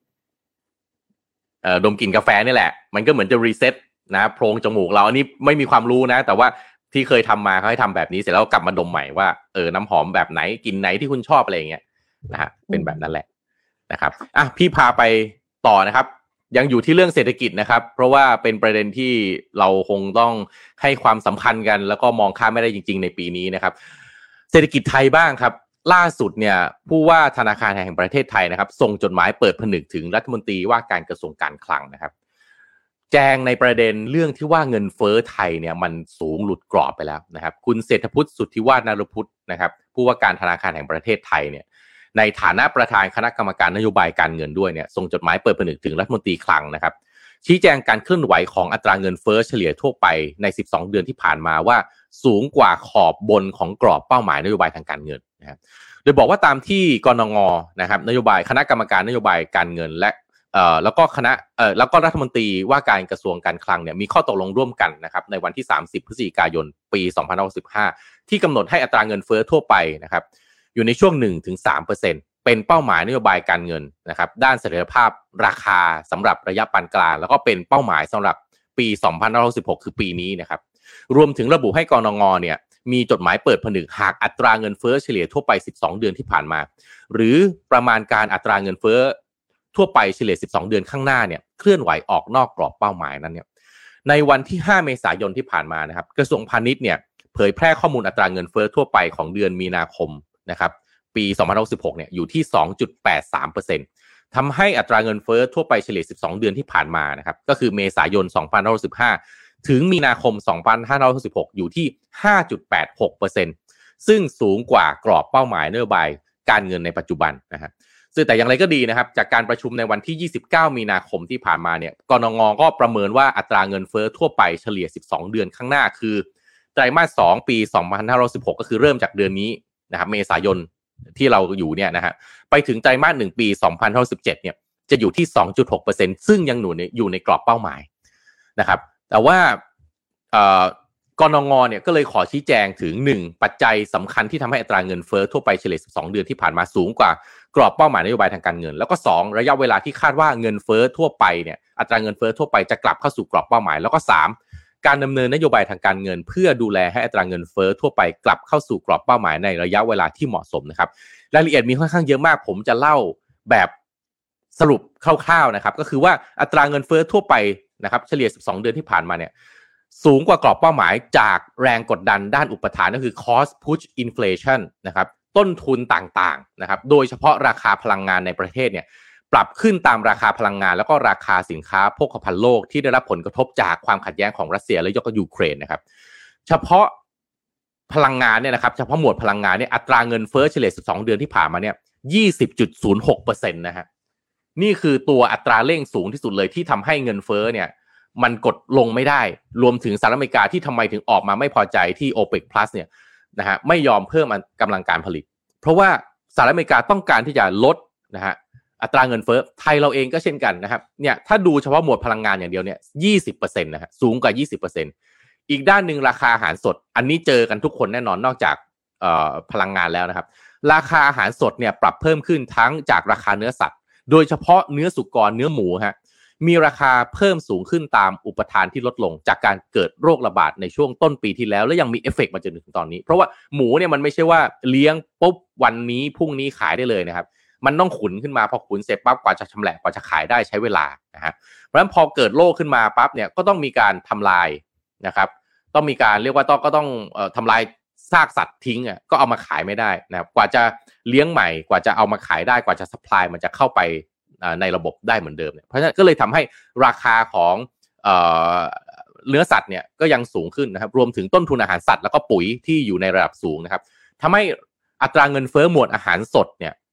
Speaker 3: เอ่อดมกลิ่นกาแฟนี่แหละมันก็เหมือนจะรีเซ็ตนะโพรงจมูกเราอันนี้ไม่มีความรู้นะแต่ว่าที่เคยทำมาเขาให้ทำแบบนี้เสร็จแล้วกลับมาดมใหม่ว่าเออน้ำหอมแบบไหนกลิ่นไหนที่คุณชอบอะไรอย่างเงี้ยนะฮะเป็นแบบนั้นแหละนะครับอ่ะพี่พาไปต่อนะครับยังอยู่ที่เรื่องเศรษฐกิจนะครับเพราะว่าเป็นประเด็นที่เราคงต้องให้ความสำคัญกันแล้วก็มองข้ามไม่ได้จริงๆในปีนี้นะครับเศรษฐกิจไทยบ้างครับล่าสุดเนี่ยผู้ว่าธนาคารแห่งประเทศไทยนะครับส่งจดหมายเปิดผนึกถึงรัฐมนตรีว่าการกระทรวงการคลังนะครับแจ้งในประเด็นเรื่องที่ว่าเงินเฟ้อไทยเนี่ยมันสูงหลุดกรอบไปแล้วนะครับคุณเศรษฐพุทธสุทธิวาฒนรพุทธนะครับผู้ว่าการธนาคารแห่งประเทศไทยเนี่ยในฐานะประธานคณะกรรมการนโยบายการเงินด้วยเนี่ยส่งจดหมายเปิดผนึกถึงรัฐมนตรีคลังนะครับชี้แจงการเคลื่อนไหวของอัตราเงินเฟ้อเฉลี่ยทั่วไปในสิบสองเดือนที่ผ่านมาว่าสูงกว่าขอบบนของกรอบเป้าหมายนโยบายทางการเงินนะครับโดยบอกว่าตามที่กนง.นะครับนโยบายคณะกรรมการนโยบายการเงินและเอ่อแล้วก็คณะเอ่อแล้วก็รัฐมนตรีว่าการกระทรวงการคลังเนี่ยมีข้อตกลงร่วมกันนะครับในวันที่สามสิบพฤศจิกายนปีสองพันห้าร้อยสิบห้าที่กำหนดให้อัตราเงินเฟ้อทั่วไปนะครับอยู่ในช่วง หนึ่งถึงสามเปอร์เซ็นต์ เป็นเป้าหมายนโยบายการเงินนะครับด้านเสถียรภาพราคาสำหรับระยะปานกลางแล้วก็เป็นเป้าหมายสำหรับปีสองพันห้าร้อยสิบหกคือปีนี้นะครับรวมถึงระบุให้กนง.เนี่ยมีจดหมายเปิดผนึกหากอัตราเงินเฟ้อเฉลี่ยทั่วไปสิบสองเดือนที่ผ่านมาหรือประมาณการอัตราเงินเฟ้อทั่วไปเฉลี่ยสิบสองเดือนข้างหน้าเนี่ยเคลื่อนไหวออกนอกกรอบเป้าหมายนั้นเนี่ยในวันที่ห้าเมษายนที่ผ่านมานะครับกระทรวงพาณิชย์เนี่ยเผยแพร่ข้อมูลอัตราเงินเฟ้อทั่วไปของเดือนมีนาคมนะครับปีสองพันห้าร้อยสิบหกเนี่ยอยู่ที่ สองจุดแปดสามเปอร์เซ็นต์ ทำให้อัตราเงินเฟ้อทั่วไปเฉลี่ยสิบสองเดือนที่ผ่านมานะครับก็คือเมษายนสองพันห้าร้อยสิบห้าถึงมีนาคมสองพันห้าร้อยสิบหกอยู่ที่ ห้าจุดแปดหกเปอร์เซ็นต์ ซึ่งสูงกว่ากรอบเป้าหมายนโยบายการเงินในปัจจุบันนะฮะซึ่งแต่อย่างไรก็ดีนะครับจากการประชุมในวันที่ยี่สิบเก้ามีนาคมที่ผ่านมาเนี่ยกนง.ก็ประเมินว่าอัตราเงินเฟ้อทั่วไปเฉลี่ยสิบสองเดือนข้างหน้าคือไตรมาสสองปีสองพันห้าร้อยสิบหกก็คือเริ่มจากเดือนนี้นะครับเมษายนที่เราอยู่เนี่ยนะฮะไปถึงไตรมาสหนึ่งปีสองพันห้าร้อยสิบเจ็ดเนี่ยจะอยู่ที่ สองจุดหกเปอร์เซ็นต์ ซึ่งยังอยู่ในอยู่ในกรอบเป้าหมายนะครับแต่ว่าเอ่อกนง.เนี่ยก็เลยขอชี้แจงถึงหนึ่งปัจจัยสำคัญที่ทำให้อัตราเงินเฟ้อทั่วไปเฉลี่ยสิบสองเดือนที่ผ่านมาสูงกว่ากรอบเป้าหมายนโยบายทางการเงินแล้วก็สองระยะเวลาที่คาดว่าเงินเฟ้อทั่วไปเนี่ยอัตราเงินเฟ้อทั่วไปจะกลับเข้าสู่กรอบเป้าหมายแล้วก็สามการดำเนินนโยบายทางการเงินเพื่อดูแลให้อัตราเงินเฟ้อทั่วไปกลับเข้าสู่กรอบเป้าหมายในระยะเวลาที่เหมาะสมนะครับรายละเอียดมีค่อนข้างเยอะมากผมจะเล่าแบบสรุปคร่าวๆนะครับก็คือว่าอัตราเงินเฟ้อทั่วไปนะครับเฉลี่ยสิบสองเดือนที่ผ่านมาเนี่ยสูงกว่ากรอบเป้าหมายจากแรงกดดันด้านอุปทานก็คือ cost push inflation นะครับต้นทุนต่างๆนะครับโดยเฉพาะราคาพลังงานในประเทศเนี่ยปรับขึ้นตามราคาพลังงานแล้วก็ราคาสินค้าโภคภัณฑ์โลกที่ได้รับผลกระทบจากความขัดแย้งของรัสเซียและยูเครนนะครับเฉพาะพลังงานเนี่ยนะครับเฉพาะหมวดพลังงานเนี่ยอัตราเงินเฟ้อเฉลี่ยสิบสองเดือนที่ผ่านมาเนี่ย ยี่สิบจุดศูนย์หกเปอร์เซ็นต์ นะฮะนี่คือตัวอัตราเร่งสูงที่สุดเลยที่ทำให้เงินเฟ้อเนี่ยมันกดลงไม่ได้รวมถึงสหรัฐอเมริกาที่ทำไมถึงออกมาไม่พอใจที่ โอเปก พลัส เนี่ยนะฮะไม่ยอมเพิ่มกำลังการผลิตเพราะว่าสหรัฐอเมริกาต้องการที่จะลดนะฮะอัตราเงินเฟ้อไทยเราเองก็เช่นกันนะครับเนี่ยถ้าดูเฉพาะหมวดพลังงานอย่างเดียวเนี่ย ยี่สิบเปอร์เซ็นต์ นะฮะสูงกว่า ยี่สิบเปอร์เซ็นต์ อีกด้านนึงราคาอาหารสดอันนี้เจอกันทุกคนแน่นอนนอกจากเอ่อพลังงานแล้วนะครับราคาอาหารสดเนี่ยปรับเพิ่มขึ้นทั้งจากราคาเนื้อสัตว์โดยเฉพาะเนื้อสุกรเนื้อหมูฮะมีราคาเพิ่มสูงขึ้นตามอุปทานที่ลดลงจากการเกิดโรคระบาดในช่วงต้นปีที่แล้วและยังมีเอฟเฟกต์มาจนถึงตอนนี้เพราะว่าหมูเนี่ยมันไม่ใช่ว่าเลี้ยงปุ๊บวันนี้พรุ่งนี้ขายได้เลยนะครับมันต้องขุนขึ้นมาพอขุนเสร็จปั๊บกว่าจะชำแหละกว่าจะขายได้ใช้เวลานะฮะเพราะฉะนั้นพอเกิดโรคขึ้นมาปั๊บเนี่ยก็ต้องมีการทำลายนะครับต้องมีการเรียกว่าต้องก็ต้องเอ่อทำลายซากสัตว์ทิ้งอ่ะก็เอามาขายไม่ได้นะครับกว่าจะเลี้ยงใหม่กว่าจะเอามาขายได้กว่าจะซัพพลายมันจะเข้าไปในระบบได้เหมือนเดิมเนี่ยเพราะฉะนั้นก็เลยทำให้ราคาของเอ่อเนื้อสัตว์เนี่ยก็ยังสูงขึ้นนะครับรวมถึงต้นทุนอาหารสัตว์แล้วก็ปุ๋ยที่อยู่ในระดับสูงนะครับทำให้อัตราเงินเฟ้อหมวดอาหารสดเนี่ย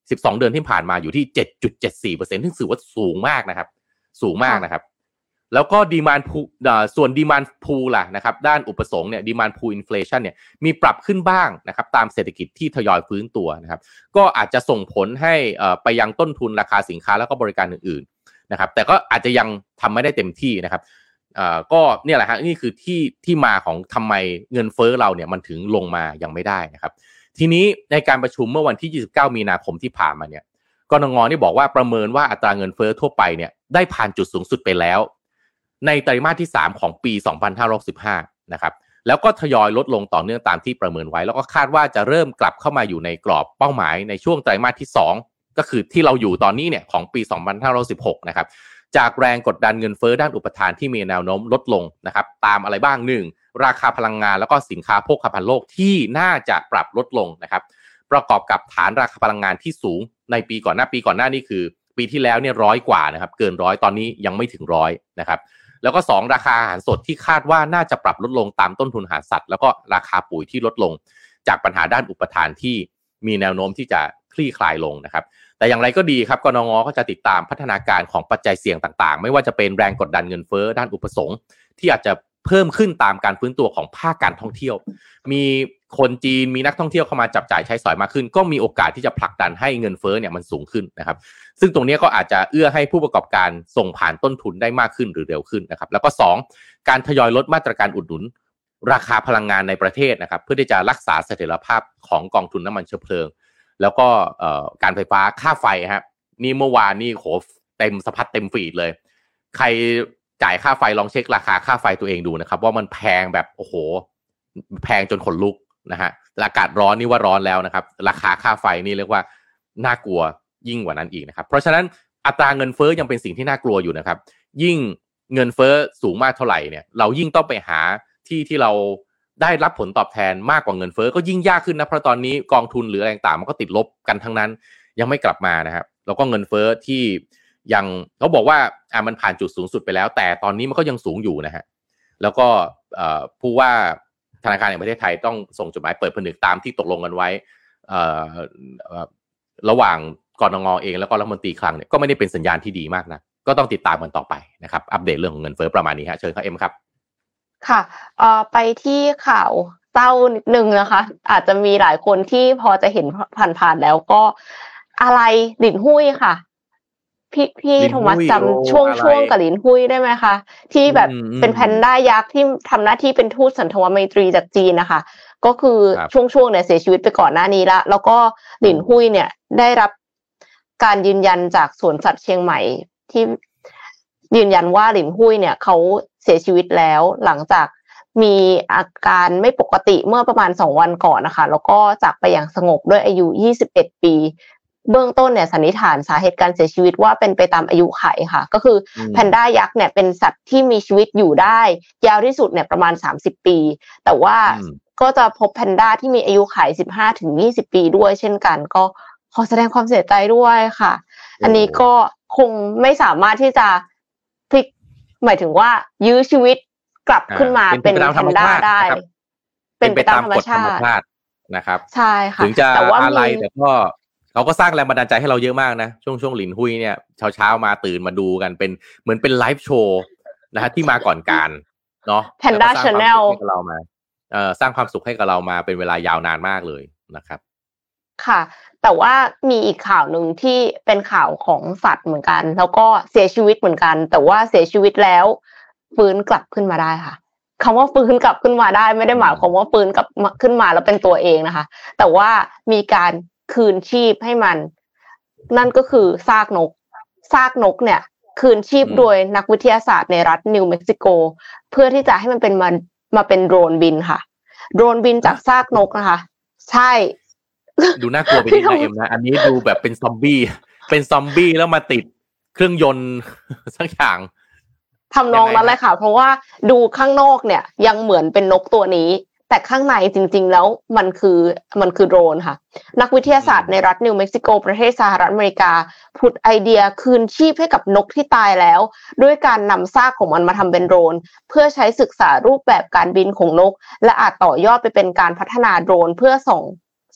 Speaker 3: สิบสองเดือนที่ผ่านมาอยู่ที่ เจ็ดจุดเจ็ดสี่เปอร์เซ็นต์ ซึ่งถือว่าสูงมากนะครับสูงมากนะครับแล้วก็ดีมานด์พูส่วนดีมานด์พูล่ะนะครับด้านอุปสงค์เนี่ยดีมานด์พูอินเฟลชันเนี่ยมีปรับขึ้นบ้างนะครับตามเศรษฐกิจที่ทยอยฟื้นตัวนะครับก็อาจจะส่งผลให้ไปยังต้นทุนราคาสินค้าแล้วก็บริการอื่นๆนะครับแต่ก็อาจจะยังทำไม่ได้เต็มที่นะครับก็เนี่ยแหละฮะนี่คือที่ที่มาของทำไมเงินเฟ้อเราเนี่ยมันถึงลงมายังไม่ได้นะครับทีนี้ในการประชุมเมื่อวันที่ยี่สิบเก้ามีนาคมที่ผ่านมาเนี่ยกนง.นี่บอกว่าประเมินว่าอัตราเงินเฟ้อทั่วไปเนี่ยได้ผ่านจุดสูงสุดไปแล้วในไตรมาสที่สามของปีสองพันห้าร้อยหกสิบห้านะครับแล้วก็ทยอยลดลงต่อเนื่องตามที่ประเมินไว้แล้วก็คาดว่าจะเริ่มกลับเข้ามาอยู่ในกรอบเป้าหมายในช่วงไตรมาสที่สองก็คือที่เราอยู่ตอนนี้เนี่ยของปีสองพันห้าร้อยสิบหกนะครับจากแรงกดดันเงินเฟ้อด้านอุปทานที่มีแนวโน้มลดลงนะครับตามอะไรบ้างหนึ่งราคาพลังงานแล้วก็สินค้าโภคภัณฑ์โลกที่น่าจะปรับลดลงนะครับประกอบกับฐานราคาพลังงานที่สูงในปีก่อนหน้าปีก่อนหน้านี่คือปีที่แล้วเนี่ยร้อยกว่านะครับเกินร้อยตอนนี้ยังไม่ถึงร้อยนะครับแล้วก็สองราคาอาหารสดที่คาดว่าน่าจะปรับลดลงตามต้นทุนอาหารสัตว์แล้วก็ราคาปุ๋ยที่ลดลงจากปัญหาด้านอุปทานที่มีแนวโน้มที่จะคลี่คลายลงนะครับแต่อย่างไรก็ดีครับกนง.ก็จะติดตามพัฒนาการของปัจจัยเสี่ยงต่างๆไม่ว่าจะเป็นแรงกดดันเงินเฟ้อด้านอุปสงค์ที่อาจจะเพิ่มขึ้นตามการฟื้นตัวของภาคการท่องเที่ยวมีคนจีนมีนักท่องเที่ยวเข้ามาจับจ่ายใช้สอยมากขึ้นก็มีโอกาสที่จะผลักดันให้เงินเฟ้อเนี่ยมันสูงขึ้นนะครับซึ่งตรงนี้ก็อาจจะเอื้อให้ผู้ประกอบการส่งผ่านต้นทุนได้มากขึ้นหรือเร็วขึ้นนะครับแล้วก็สองการทยอยลดมาตรการอุดหนุนราคาพลังงานในประเทศนะครับเพื่อที่จะรักษาเสถียรภาพของกองทุนน้ำมันเชื้อเพลิงแล้วก็การไฟฟ้าค่าไฟฮะนี่เมื่อวานนี่โหเต็มสะพัดเต็มฟีดเลยใครจ่ายค่าไฟลองเช็คราคาค่าไฟตัวเองดูนะครับว่ามันแพงแบบโอ้โหแพงจนขนลุกนะฮะอากาศร้อนนี่ว่าร้อนแล้วนะครับราคาค่าไฟนี่เรียกว่าน่ากลัวยิ่งกว่านั้นอีกนะครับเพราะฉะนั้นอัตราเงินเฟ้อยังเป็นสิ่งที่น่ากลัวอยู่นะครับยิ่งเงินเฟ้อสูงมากเท่าไหร่เนี่ยเรายิ่งต้องไปหาที่ที่เราได้รับผลตอบแทนมากกว่าเงินเฟ้อก็ยิ่งยากขึ้นนะเพราะตอนนี้กองทุนหรืออะไรต่างๆมันก็ติดลบกันทั้งนั้นยังไม่กลับมานะครับแล้วก็เงินเฟ้อที่ยังเขาบอกว่าอ่ะมันผ่านจุดสูงสุดไปแล้วแต่ตอนนี้มันก็ยังสูงอยู่นะฮะแล้วก็เอ่อผู้ว่าธนาคารแห่งประเทศไทยต้องส่งจดหมายเปิดผนึกตามที่ตกลงกันไว้เอ่อระหว่างกนง.เองแล้วก็รัฐมนตรีคลังเนี่ยก็ไม่ได้เป็นสัญญาณที่ดีมากนะก็ต้องติดตามกันต่อไปนะครับอัปเดตเรื่องของเงินเฟ้อประมาณนี้ฮะเชิญครับเอ็มครับ
Speaker 4: ค่ะเอ่อไปที่ข่าวเศร้านิดนึงนะคะอาจจะมีหลายคนที่พอจะเห็นผ่านๆแล้วก็อะไรหลินหุ้ยค่ะพี่พี่โทมัสจำช่วงช่วงกับหลินหุ้ยได้ไหมคะที่แบบเป็นแพนด้ายักษ์ที่ทำหน้าที่เป็นทูตสันทวไมตรีจากจีนนะคะก็คือช่วงช่วงเนี่ยเสียชีวิตไปก่อนหน้านี้ละแล้วก็หลินหุ้ยเนี่ยได้รับการยืนยันจากสวนสัตว์เชียงใหม่ที่ยืนยันว่าหลินหุ้ยเนี่ยเขาเสียชีวิตแล้วหลังจากมีอาการไม่ปกติเมื่อประมาณสองวันก่อนนะคะแล้วก็จากไปอย่างสงบด้วยอายุยี่สิบเอ็ดปีเบื้องต้นเนี่ยสันนิษฐานสาเหตุการเสียชีวิตว่าเป็นไปตามอายุขัยค่ะก็คือแพนด้ายักษ์เนี่ยเป็นสัตว์ที่มีชีวิตอยู่ได้ยาวที่สุดเนี่ยประมาณสามสิบปีแต่ว่าก็จะพบแพนด้าที่มีอายุขัย สิบห้าถึงยี่สิบ ปีด้วยเช่นกันก็ขอแสดงความเสียใจด้วยค่ะอันนี้ก็คงไม่สามารถที่จะพลิกหมายถึงว่ายื้อชีวิตกลับขึ้นมาเป็นแพนด้าได้
Speaker 3: เป็นไปตามกฎธรรมชาตินะครับ
Speaker 4: ใช่ค่ะ
Speaker 3: ถึงจะอะไรแต่ก็เขาก็สร้างแรงบันดาลใจให้เราเยอะมากนะช่วงช่วงหลินหุ้ยเนี่ยเช้าเช้ามาตื่นมาดูกันเป็นเหมือนเป็นไลฟ์โชว์นะฮะที่มาก่อนการเนาะ
Speaker 4: Panda Channel
Speaker 3: ให้เรามาเอ่อสร้างความสุขให้กับเรามาเป็นเวลายาวนานมากเลยนะครับ
Speaker 4: ค่ะแต่ว่ามีอีกข่าวหนึ่งที่เป็นข่าวของสัตว์เหมือนกันแล้วก็เสียชีวิตเหมือนกันแต่ว่าเสียชีวิตแล้วฟื้นกลับขึ้นมาได้ค่ะคำว่าฟื้นกลับขึ้นมาได้ไม่ได้หมายความว่าฟื้นกลับขึ้นมาแล้วเป็นตัวเองนะคะแต่ว่ามีการคืนชีพให้มันนั่นก็คือซากนกซากนกเนี่ยคืนชีพโดยนักวิทยาศาสตร์ในรัฐนิวเม็กซิโกเพื่อที่จะให้มันเป็นมามาเป็นโดรนบินค่ะโดรนบินจากซากนกนะคะใช่
Speaker 3: ดูน่ากลัวไปนิดนะเอ็มนะอันนี้ดูแบบเป็นซอมบี้เป็นซอมบี้แล้วมาติดเครื่องยนต์สักอย่าง
Speaker 4: ทำนองนั้นเลยค่ะเพราะว่าดูข้างนอกเนี่ยยังเหมือนเป็นนกตัวนี้แต่ข้างในจริงๆแล้วมันคือมันคือโดรนค่ะนักวิทยาศาสตร์ในรัฐนิวเม็กซิโกประเทศสหรัฐอเมริกาผุดไอเดียคืนชีพให้กับนกที่ตายแล้วด้วยการนำซากของมันมาทำเป็นโดรนเพื่อใช้ศึกษารูปแบบการบินของนกและอาจต่อยอดไปเป็นการพัฒนาโดรนเพื่อส่ง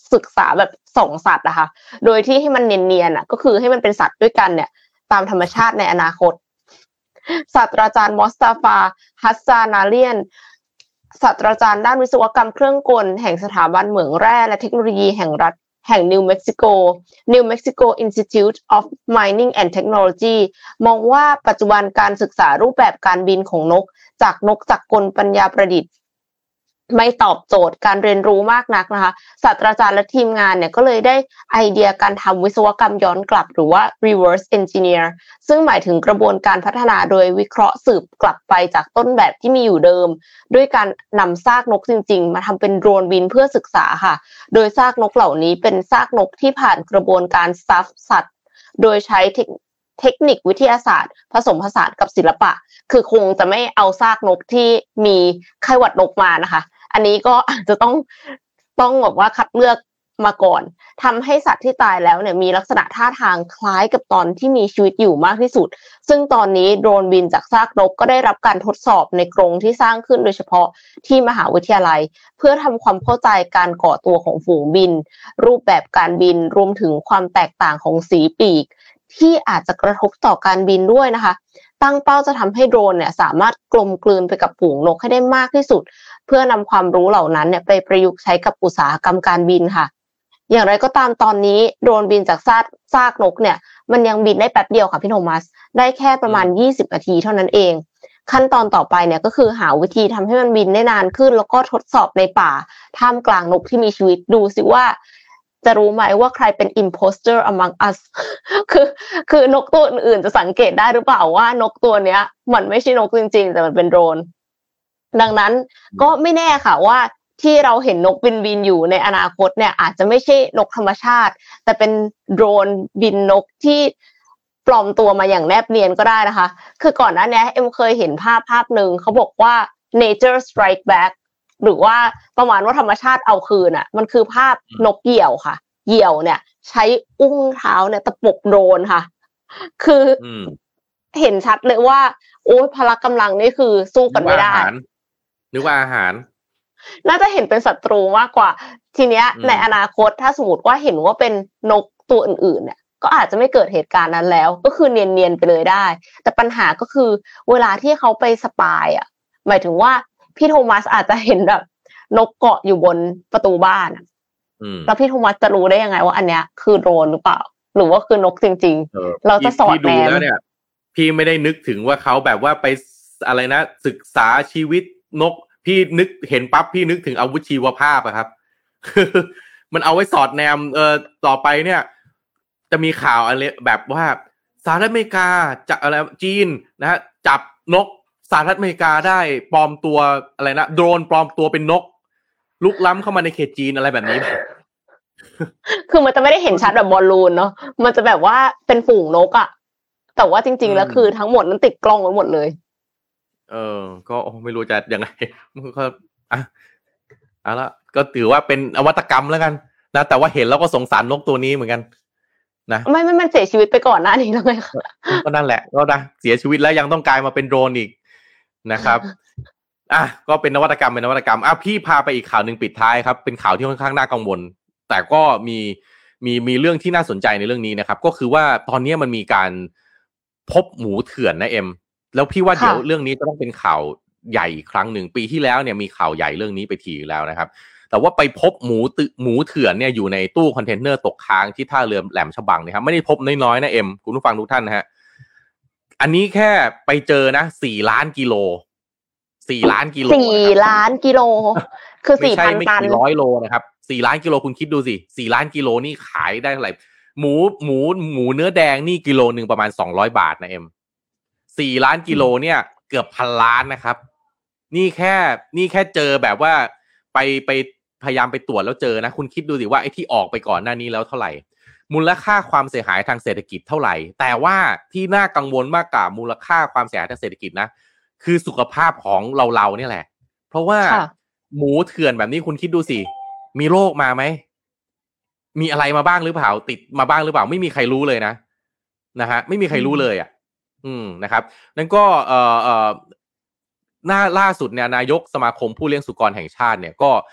Speaker 4: ศึกษาแบบสองสัตว์นะคะโดยที่ให้มันเนียนๆอ่ะก็คือให้มันเป็นสัตว์ด้วยกันเนี่ยตามธรรมชาติในอนาคตศาสตราจารย์มอสตาฟาฮัสซานาเลียนศาสตราจารย์ด้านวิศวกรรมเครื่องกลแห่งสถาบันเหมืองแร่และเทคโนโลยีแห่งรัฐแห่งนิวเม็กซิโก New Mexico Institute of Mining and Technology มองว่าปัจจุบันการศึกษารูปแบบการบินของนกจากนกจักรกลปัญญาประดิษฐ์ไม่ตอบโจทย์การเรียนรู้มากนักนะคะศาสตราจารย์และทีมงานเนี่ยก็เลยได้ไอเดียการทำวิศวกรรมย้อนกลับหรือว่า reverse engineer ซึ่งหมายถึงกระบวนการพัฒนาโดยวิเคราะห์สืบกลับไปจากต้นแบบที่มีอยู่เดิมด้วยการนำซากนกจริงๆมาทำเป็นโดรนบินเพื่อศึกษาค่ะโดยซากนกเหล่านี้เป็นซากนกที่ผ่านกระบวนการซัฟสัตว์โดยใช้เทคเทคนิควิทยาศาสตร์ผสมผสานกับศิลปะคือคงจะไม่เอาซากนกที่มีไข้หวัดนกมานะคะอันนี้ก็อาจจะต้องต้องแบบว่าคัดเลือกมาก่อนทำให้สัตว์ที่ตายแล้วเนี่ยมีลักษณะท่าทางคล้ายกับตอนที่มีชีวิตอยู่มากที่สุดซึ่งตอนนี้โดรนบินจากซากนกก็ได้รับการทดสอบในกรงที่สร้างขึ้นโดยเฉพาะที่มหาวิทยาลัยเพื่อทำความเข้าใจการก่อตัวของฝูงบินรูปแบบการบินรวมถึงความแตกต่างของสีปีกที่อาจจะกระทบต่อการบินด้วยนะคะตั้งเป้าจะทำให้โดรนเนี่ยสามารถกลมกลืนไปกับฝูงนกให้ได้มากที่สุดเพื่อนำความรู้เหล่านั้นเนี่ยไปประยุกต์ใช้กับอุตสาหกรรมการบินค่ะอย่างไรก็ตามตอนนี้โดรนบินจากซากซากนกเนี่ยมันยังบินได้แป๊บเดียวค่ะพี่โทมัสได้แค่ประมาณยี่สิบนาทีเท่านั้นเองขั้นตอนต่อไปเนี่ยก็คือหาวิธีทำให้มันบินได้นานขึ้นแล้วก็ทดสอบในป่าท่ามกลางนกที่มีชีวิตดูสิว่าจะรู้ไหมว่าใครเป็น imposter among us คือคือนกตัวอื่นๆจะสังเกตได้หรือเปล่าว่านกตัวเนี้ยมันไม่ใช่นกจริงๆแต่มันเป็นโดรนดังนั้นก็ไม่แน่ค่ะว่าที่เราเห็นนกบินบินอยู่ในอนาคตเนี่ยอาจจะไม่ใช่นกธรรมชาติแต่เป็นโดรนบินนกที่ปลอมตัวมาอย่างแนบเนียนก็ได้นะคะคือก่อนหน้านี้เอ็มเคยเห็นภาพภาพหนึ่งเขาบอกว่า nature strike back หรือว่าประมาณว่าธรรมชาติเอาคืนอ่ะมันคือภาพนกเหยี่ยวค่ะเหยี่ยวเนี่ยใช้อุ้งเท้าเนี่ยตะปบโดรนค่ะคือเห็นชัดเลยว่าโอ้ยพละกำลังนี่คือสู้กันไม่ได้
Speaker 3: นึกว่าอาหาร
Speaker 4: น่าจะเห็นเป็นศัตรูมากกว่าทีเนี้ยในอนาคตถ้าสมมติว่าเห็นว่าเป็นนกตัวอื่นๆเนี่ยก็อาจจะไม่เกิดเหตุการณ์นั้นแล้วก็คือเนียนๆไปเลยได้แต่ปัญหาก็คือเวลาที่เขาไปสปายอ่ะหมายถึงว่าพี่โทมัสอาจจะเห็นแบบนกเกาะอยู่บนประตูบ้านแล้วพี่โทมัสจะรู้ได้ยังไงว่าอันเนี้ยคือโดรนหรือเปล่าหรือว่าคือนกจริงๆเราจะสอดแนม
Speaker 3: เนี่ยพี่ไม่ได้นึกถึงว่าเขาแบบว่าไปอะไรนะศึกษาชีวิตนกพี่นึกเห็นปั๊บพี่นึกถึงอาวุธชีวภาพอะครับมันเอาไว้สอดแนมเอ่อต่อไปเนี่ยจะมีข่าวอะไรแบบว่าสหรัฐอเมริกาจะอะไรจีนนะฮะจับนกสหรัฐอเมริกาได้ปลอมตัวอะไรนะโดรนปลอมตัวเป็นนกลุกล้ำเข้ามาในเขตจีนอะไรแบบนี้
Speaker 4: คือมันจะไม่ได้เห็นชัดแบบบอลลูนเนาะมันจะแบบว่าเป็นฝูงนกอะแต่ว่าจริงๆแล้วคือทั้งหมดนั้นติดกล้องไว้หมดเลย
Speaker 3: เออก็ไม่รู้จะยังไงก็อ่ะเอาละก็ถือว่าเป็นนวัตกรรมแล้วกันนะแต่ว่าเห็นแล้วก็สงสารนกตัวนี้เหมือนกันนะ
Speaker 4: ไม่ไม่มันเสียชีวิตไปก่อนหน้านี้แล้วไงคะ
Speaker 3: ก็นั่นแหละก็นะเสียชีวิตแล้วยังต้องกลายมาเป็นโดรนอีกนะครับอ่ะก็เป็นนวัตกรรมเป็นนวัตกรรมอ่ะพี่พาไปอีกข่าวนึงปิดท้ายครับเป็นข่าวที่ค่อนข้างน่ากังวลแต่ก็มีมีมีเรื่องที่น่าสนใจในเรื่องนี้นะครับก็คือว่าตอนนี้มันมีการพบหมูเถื่อนนะเอ็มแล้วพี่ว่าเดี๋ยวเรื่องนี้จะต้องเป็นข่าวใหญ่อีกครั้งหนึ่งปีที่แล้วเนี่ยมีข่าวใหญ่เรื่องนี้ไปทีแล้วนะครับแต่ว่าไปพบหมูตึหมูเถื่อนเนี่ยอยู่ในตู้คอนเทนเนอร์ตกค้างที่ท่าเรือแหลมฉบังนะครับไม่ได้พบน้อยๆนะเอ็มคุณผู้ฟังทุกท่านนะฮะอันนี้แค่ไปเจอนะสี่ล้านกิโลสี่ล้านกิโล
Speaker 4: สี่ล้านกิโลคือ สี่พัน ตัน
Speaker 3: ไม่ใช่ไม่กี่ร้อยโลนะครับสี่ล้านกิโลคุณคิดดูสิสี่ล้านกิโลนี่ขายได้เท่าไหร่หมูหมูหมูเนื้อแดงนี่กิโลนึงประมาณสองร้อยบาทนะเอ็มสี่ล้านกิโลเนี่ยเกือบพันล้านนะครับนี่แค่นี่แค่เจอแบบว่าไปไปพยายามไปตรวจแล้วเจอนะคุณคิดดูสิว่าไอ้ที่ออกไปก่อนหน้านี้แล้วเท่าไหร่มูลค่าความเสียหายทางเศรษฐกิจเท่าไหร่แต่ว่าที่น่ากังวลมากกว่ามูลค่าความเสียหายทางเศรษฐกิจนะคือสุขภาพของเราเราเนี่ยแหละเพราะว่าหมูเถื่อนแบบนี้คุณคิดดูสิมีโรคมาไหมมีอะไรมาบ้างหรือเปล่าติดมาบ้างหรือเปล่าไม่มีใครรู้เลยนะนะฮะไม่มีใครรู้เลยอ่ะอืมนะครับนั่นก็เอ่อเอ่อหน้าล่าสุดเนี่ยนายกสมาคมผู้เลี้ยงสุกรแห่งชาติเนี่ยก็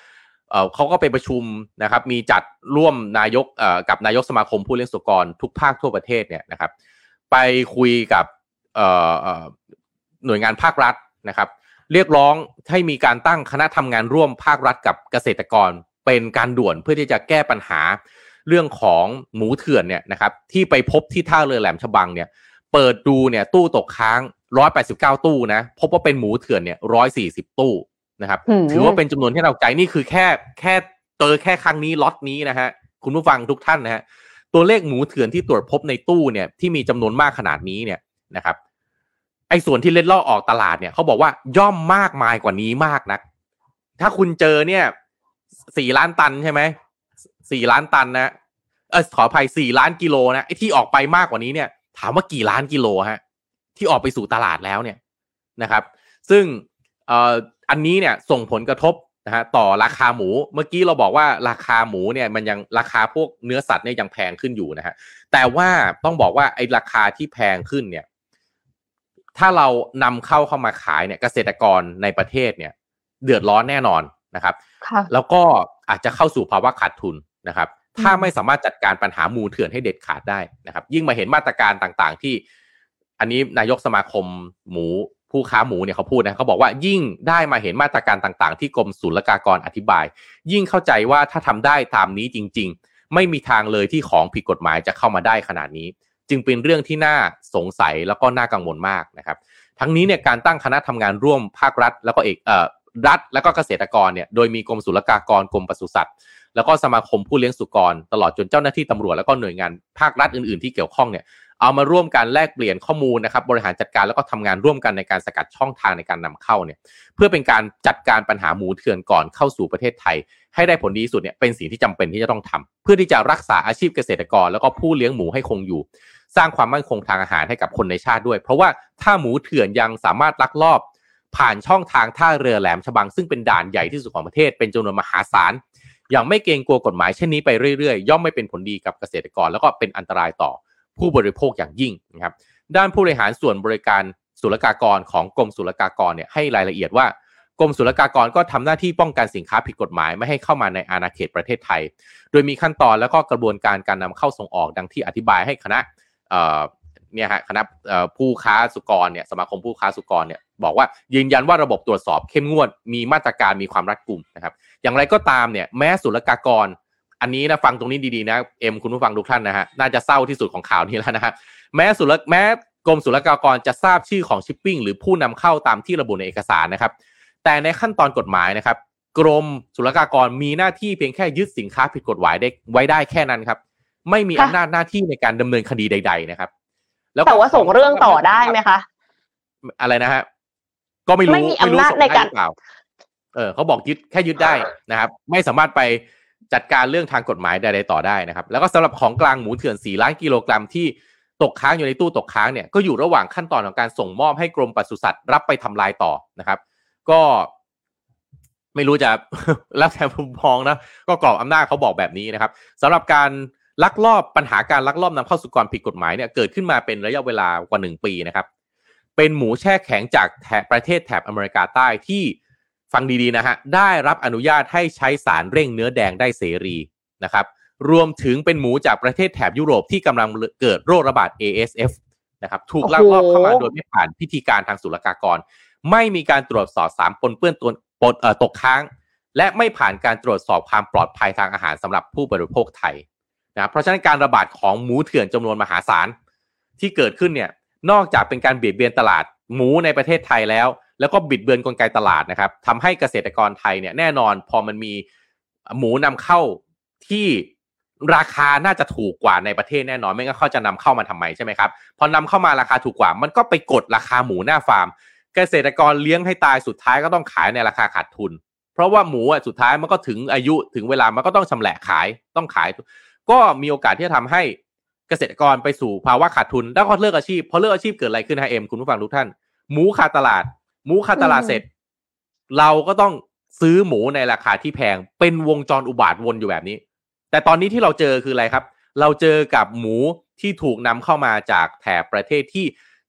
Speaker 3: เอ่อเขาก็ไปประชุมนะครับมีจัดร่วมนายกเอ่อกับนายกสมาคมผู้เลี้ยงสุกรทุกภาคทั่วประเทศเนี่ยนะครับไปคุยกับเอ่อเอ่อหน่วยงานภาครัฐนะครับเรียกร้องให้มีการตั้งคณะทำงานร่วมภาครัฐกับเกษตรกรเป็นการด่วนเพื่อที่จะแก้ปัญหาเรื่องของหมูเถื่อนเนี่ยนะครับที่ไปพบที่ท่าเรือแหลมฉบังเนี่ยเปิดดูเนี่ยตู้ตกค้างหนึ่งร้อยแปดสิบเก้าตู้นะพบว่าเป็นหมูเถื่อนเนี่ยหนึ่งร้อยสี่สิบตู้นะครับถือว่าเป็นจำนวนที่เราใจนี่คือแค่แค่เจอแค่ครั้งนี้ล็อตนี้นะฮะคุณผู้ฟังทุกท่านนะฮะตัวเลขหมูเถื่อนที่ตรวจพบในตู้เนี่ยที่มีจำนวนมากขนาดนี้เนี่ยนะครับไอ้ส่วนที่เล็ดลอดออกตลาดเนี่ยเขาบอกว่าย่อมมากมายกว่านี้มากนักถ้าคุณเจอเนี่ยสี่ล้านตันใช่ไหมสี่ล้านตันนะเออขออภัยสี่ล้านกิโลนะไอ้ที่ออกไปมากกว่านี้เนี่ยถามว่ากี่ล้านกิโลฮะที่ออกไปสู่ตลาดแล้วเนี่ยนะครับซึ่งเอ่ออันนี้เนี่ยส่งผลกระทบนะฮะต่อราคาหมูเมื่อกี้เราบอกว่าราคาหมูเนี่ยมันยังราคาพวกเนื้อสัตว์เนี่ยยังแพงขึ้นอยู่นะฮะแต่ว่าต้องบอกว่าไอ้ราคาที่แพงขึ้นเนี่ยถ้าเรานำเข้าเข้ามาขายเนี่ยเกษตรกรในประเทศเนี่ยเดือดร้อนแน่นอนนะครับแล้วก็อาจจะเข้าสู่ภาวะขาดทุนนะครับถ้าไม่สามารถจัดการปัญหาหมูเถื่อนให้เด็ดขาดได้นะครับยิ่งมาเห็นมาตรการต่างๆที่อันนี้นายกสมาคมหมูผู้ค้าหมูเนี่ยเขาพูดนะเขาบอกว่ายิ่งได้มาเห็นมาตรการต่างๆที่กรมศุลกากรอธิบายยิ่งเข้าใจว่าถ้าทำได้ตามนี้จริงๆไม่มีทางเลยที่ของผิดกฎหมายจะเข้ามาได้ขนาดนี้จึงเป็นเรื่องที่น่าสงสัยแล้วก็น่ากังวลมากนะครับทั้งนี้เนี่ยการตั้งคณะทำงานร่วมภาครัฐแล้วก็เอกเอ่อรัฐแล้วก็เกษตรกรเนี่ยโดยมีกรมศุลกากรกรมปศุสัตว์แล้วก็สมาคมผู้เลี้ยงสุกรตลอดจนเจ้าหน้าที่ตำรวจแล้วก็หน่วยงานภาครัฐอื่นๆที่เกี่ยวข้องเนี่ยเอามาร่วมกันแลกเปลี่ยนข้อมูลนะครับบริหารจัดการแล้วก็ทำงานร่วมกันในการสกัดช่องทางในการนำเข้าเนี่ยเพื่อเป็นการจัดการปัญหาหมูเถื่อนก่อนเข้าสู่ประเทศไทยให้ได้ผลดีที่สุดเนี่ยเป็นสิ่งที่จำเป็นที่จะต้องทำเพื่อที่จะรักษาอาชีพเกษตรกรแล้วก็ผู้เลี้ยงหมูให้คงอยู่สร้างความมั่นคงทางอาหารให้กับคนในชาติด้วยเพราะว่าถ้าหมูเถื่อนยังสามารถลักลอบผ่านช่องทางท่าเรือแหลมฉบังซึ่งเป็นด่านใหญ่ที่สุดของประเทศเป็นจำนวนมหาศาลอย่างไม่เกรงกลัวกฎหมายเช่นนี้ไปเรื่อยๆย่อมไม่เป็นผลดีกับเกษตรกรแล้วก็เป็นอันตรายต่อผู้บริโภคอย่างยิ่งนะครับด้านผู้บริหารส่วนบริการศุลกากรของกรมศุลกากรเนี่ยให้รายละเอียดว่ากรมศุลกากรก็ทำหน้าที่ป้องกันสินค้าผิดกฎหมายไม่ให้เข้ามาในอาณาเขตประเทศไทยโดยมีขั้นตอนแล้วก็กระบวนการการนำเข้าส่งออกดังที่อธิบายให้คณะเอ่อเนี่ยฮะคณะผู้ค้าสุกรเนี่ยสมาคมผู้ค้าสุกรเนี่ยบอกว่ายืนยันว่าระบบตรวจสอบเข้มงวดมีมาตรการมีความรัดกุมนะครับอย่างไรก็ตามเนี่ยแม้ศุลกากรอันนี้นะฟังตรงนี้ดีๆนะเอ็มคุณผู้ฟังทุกท่านนะฮะน่าจะเศร้าที่สุดของข่าวนี้แล้วนะฮะแม้ศุลแม้กรมศุลกากรจะทราบชื่อของชิปปิ้งหรือผู้นำเข้าตามที่ระบุในเอกสารนะครับแต่ในขั้นตอนกฎหมายนะครับกรมศุลกากรมีหน้าที่เพียงแค่ยึดสินค้าผิดกฎหมายได้ไว้ได้แค่นั้นครับไม่มีอำนาจหน้าที่ในการดำเนินคดีใดๆนะครับ
Speaker 4: แล้วแต่ว่าส่งเรื่องต่อได้ไหมคะ
Speaker 3: อะไรนะฮะก็ไม่รู้
Speaker 4: ไม่มีอำนาจในการ
Speaker 3: เปล่าเออเขาบอกยึดแค่ยึดได้นะครับไม่สามารถไปจัดการเรื่องทางกฎหมายใดๆต่อได้นะครับแล้วก็สำหรับของกลางหมูเถื่อนสี่ล้านกิโลกรัมที่ตกค้างอยู่ในตู้ตกค้างเนี่ยก็อยู่ระหว่างขั้นตอนของการส่งมอบให้กรมปศุสัตว์รับไปทำลายต่อนะครับก็ไม่รู้จะแล้วแต่ผู้พองนะก็กรอบอำนาจเขาบอกแบบนี้นะครับสำหรับการลักลอบปัญหาการลักลอบนำเข้าสุกรผิดกฎหมายเนี่ยเกิดขึ้นมาเป็นระยะเวลากว่าหนึ่งปีนะครับเป็นหมูแช่แข็งจากแถบประเทศแถบอเมริกาใต้ที่ฟังดีๆนะฮะได้รับอนุญาตให้ใช้สารเร่งเนื้อแดงได้เสรีนะครับรวมถึงเป็นหมูจากประเทศแถบยุโรปที่กำลังเกิดโรคระบาด เอ เอส เอฟ นะครับถูกลักลอบเข้ามาโดยไม่ผ่านพิธีการทางศุลกากรไม่มีการตรวจสอบสารปนเปื้อนตัวปนเอ่อตกค้างและไม่ผ่านการตรวจสอบความปลอดภัยทางอาหารสำหรับผู้บริโภคไทยนะเพราะฉะนั้นการระบาดของหมูเถื่อนจำนวนมหาศาลที่เกิดขึ้นเนี่ยนอกจากเป็นการเบียดเบียนตลาดหมูในประเทศไทยแล้วแล้วก็บิดเบือนกลไกตลาดนะครับทำให้เกษตรกรไทยเนี่ยแน่นอนพอมันมีหมูนำเข้าที่ราคาน่าจะถูกกว่าในประเทศแน่นอนไม่งั้นเขาจะนำเข้ามาทำไมใช่ไหมครับพอนำเข้ามาราคาถูกกว่ามันก็ไปกดราคาหมูหน้าฟาร์มเกษตรกรเลี้ยงให้ตายสุดท้ายก็ต้องขายในราคาขาดทุนเพราะว่าหมูอ่ะสุดท้ายมันก็ถึงอายุถึงเวลามันก็ต้องชำแหละขายต้องขายก็มีโอกาสที่จะทำให้เกษตรกรไปสู่ภาวะขาดทุนแล้วก็เลิกอาชีพพอเลิกอาชีพเกิดอะไรขึ้นฮะเอ็มคุณผู้ฟังทุกท่านหมูขาดตลาดหมูขาดตลาดเสร็จเราก็ต้องซื้อหมูในราคาที่แพงเป็นวงจรอุบาทวนอยู่แบบนี้แต่ตอนนี้ที่เราเจอคืออะไรครับเราเจอกับหมูที่ถูกนำเข้ามาจากแถบประเทศที่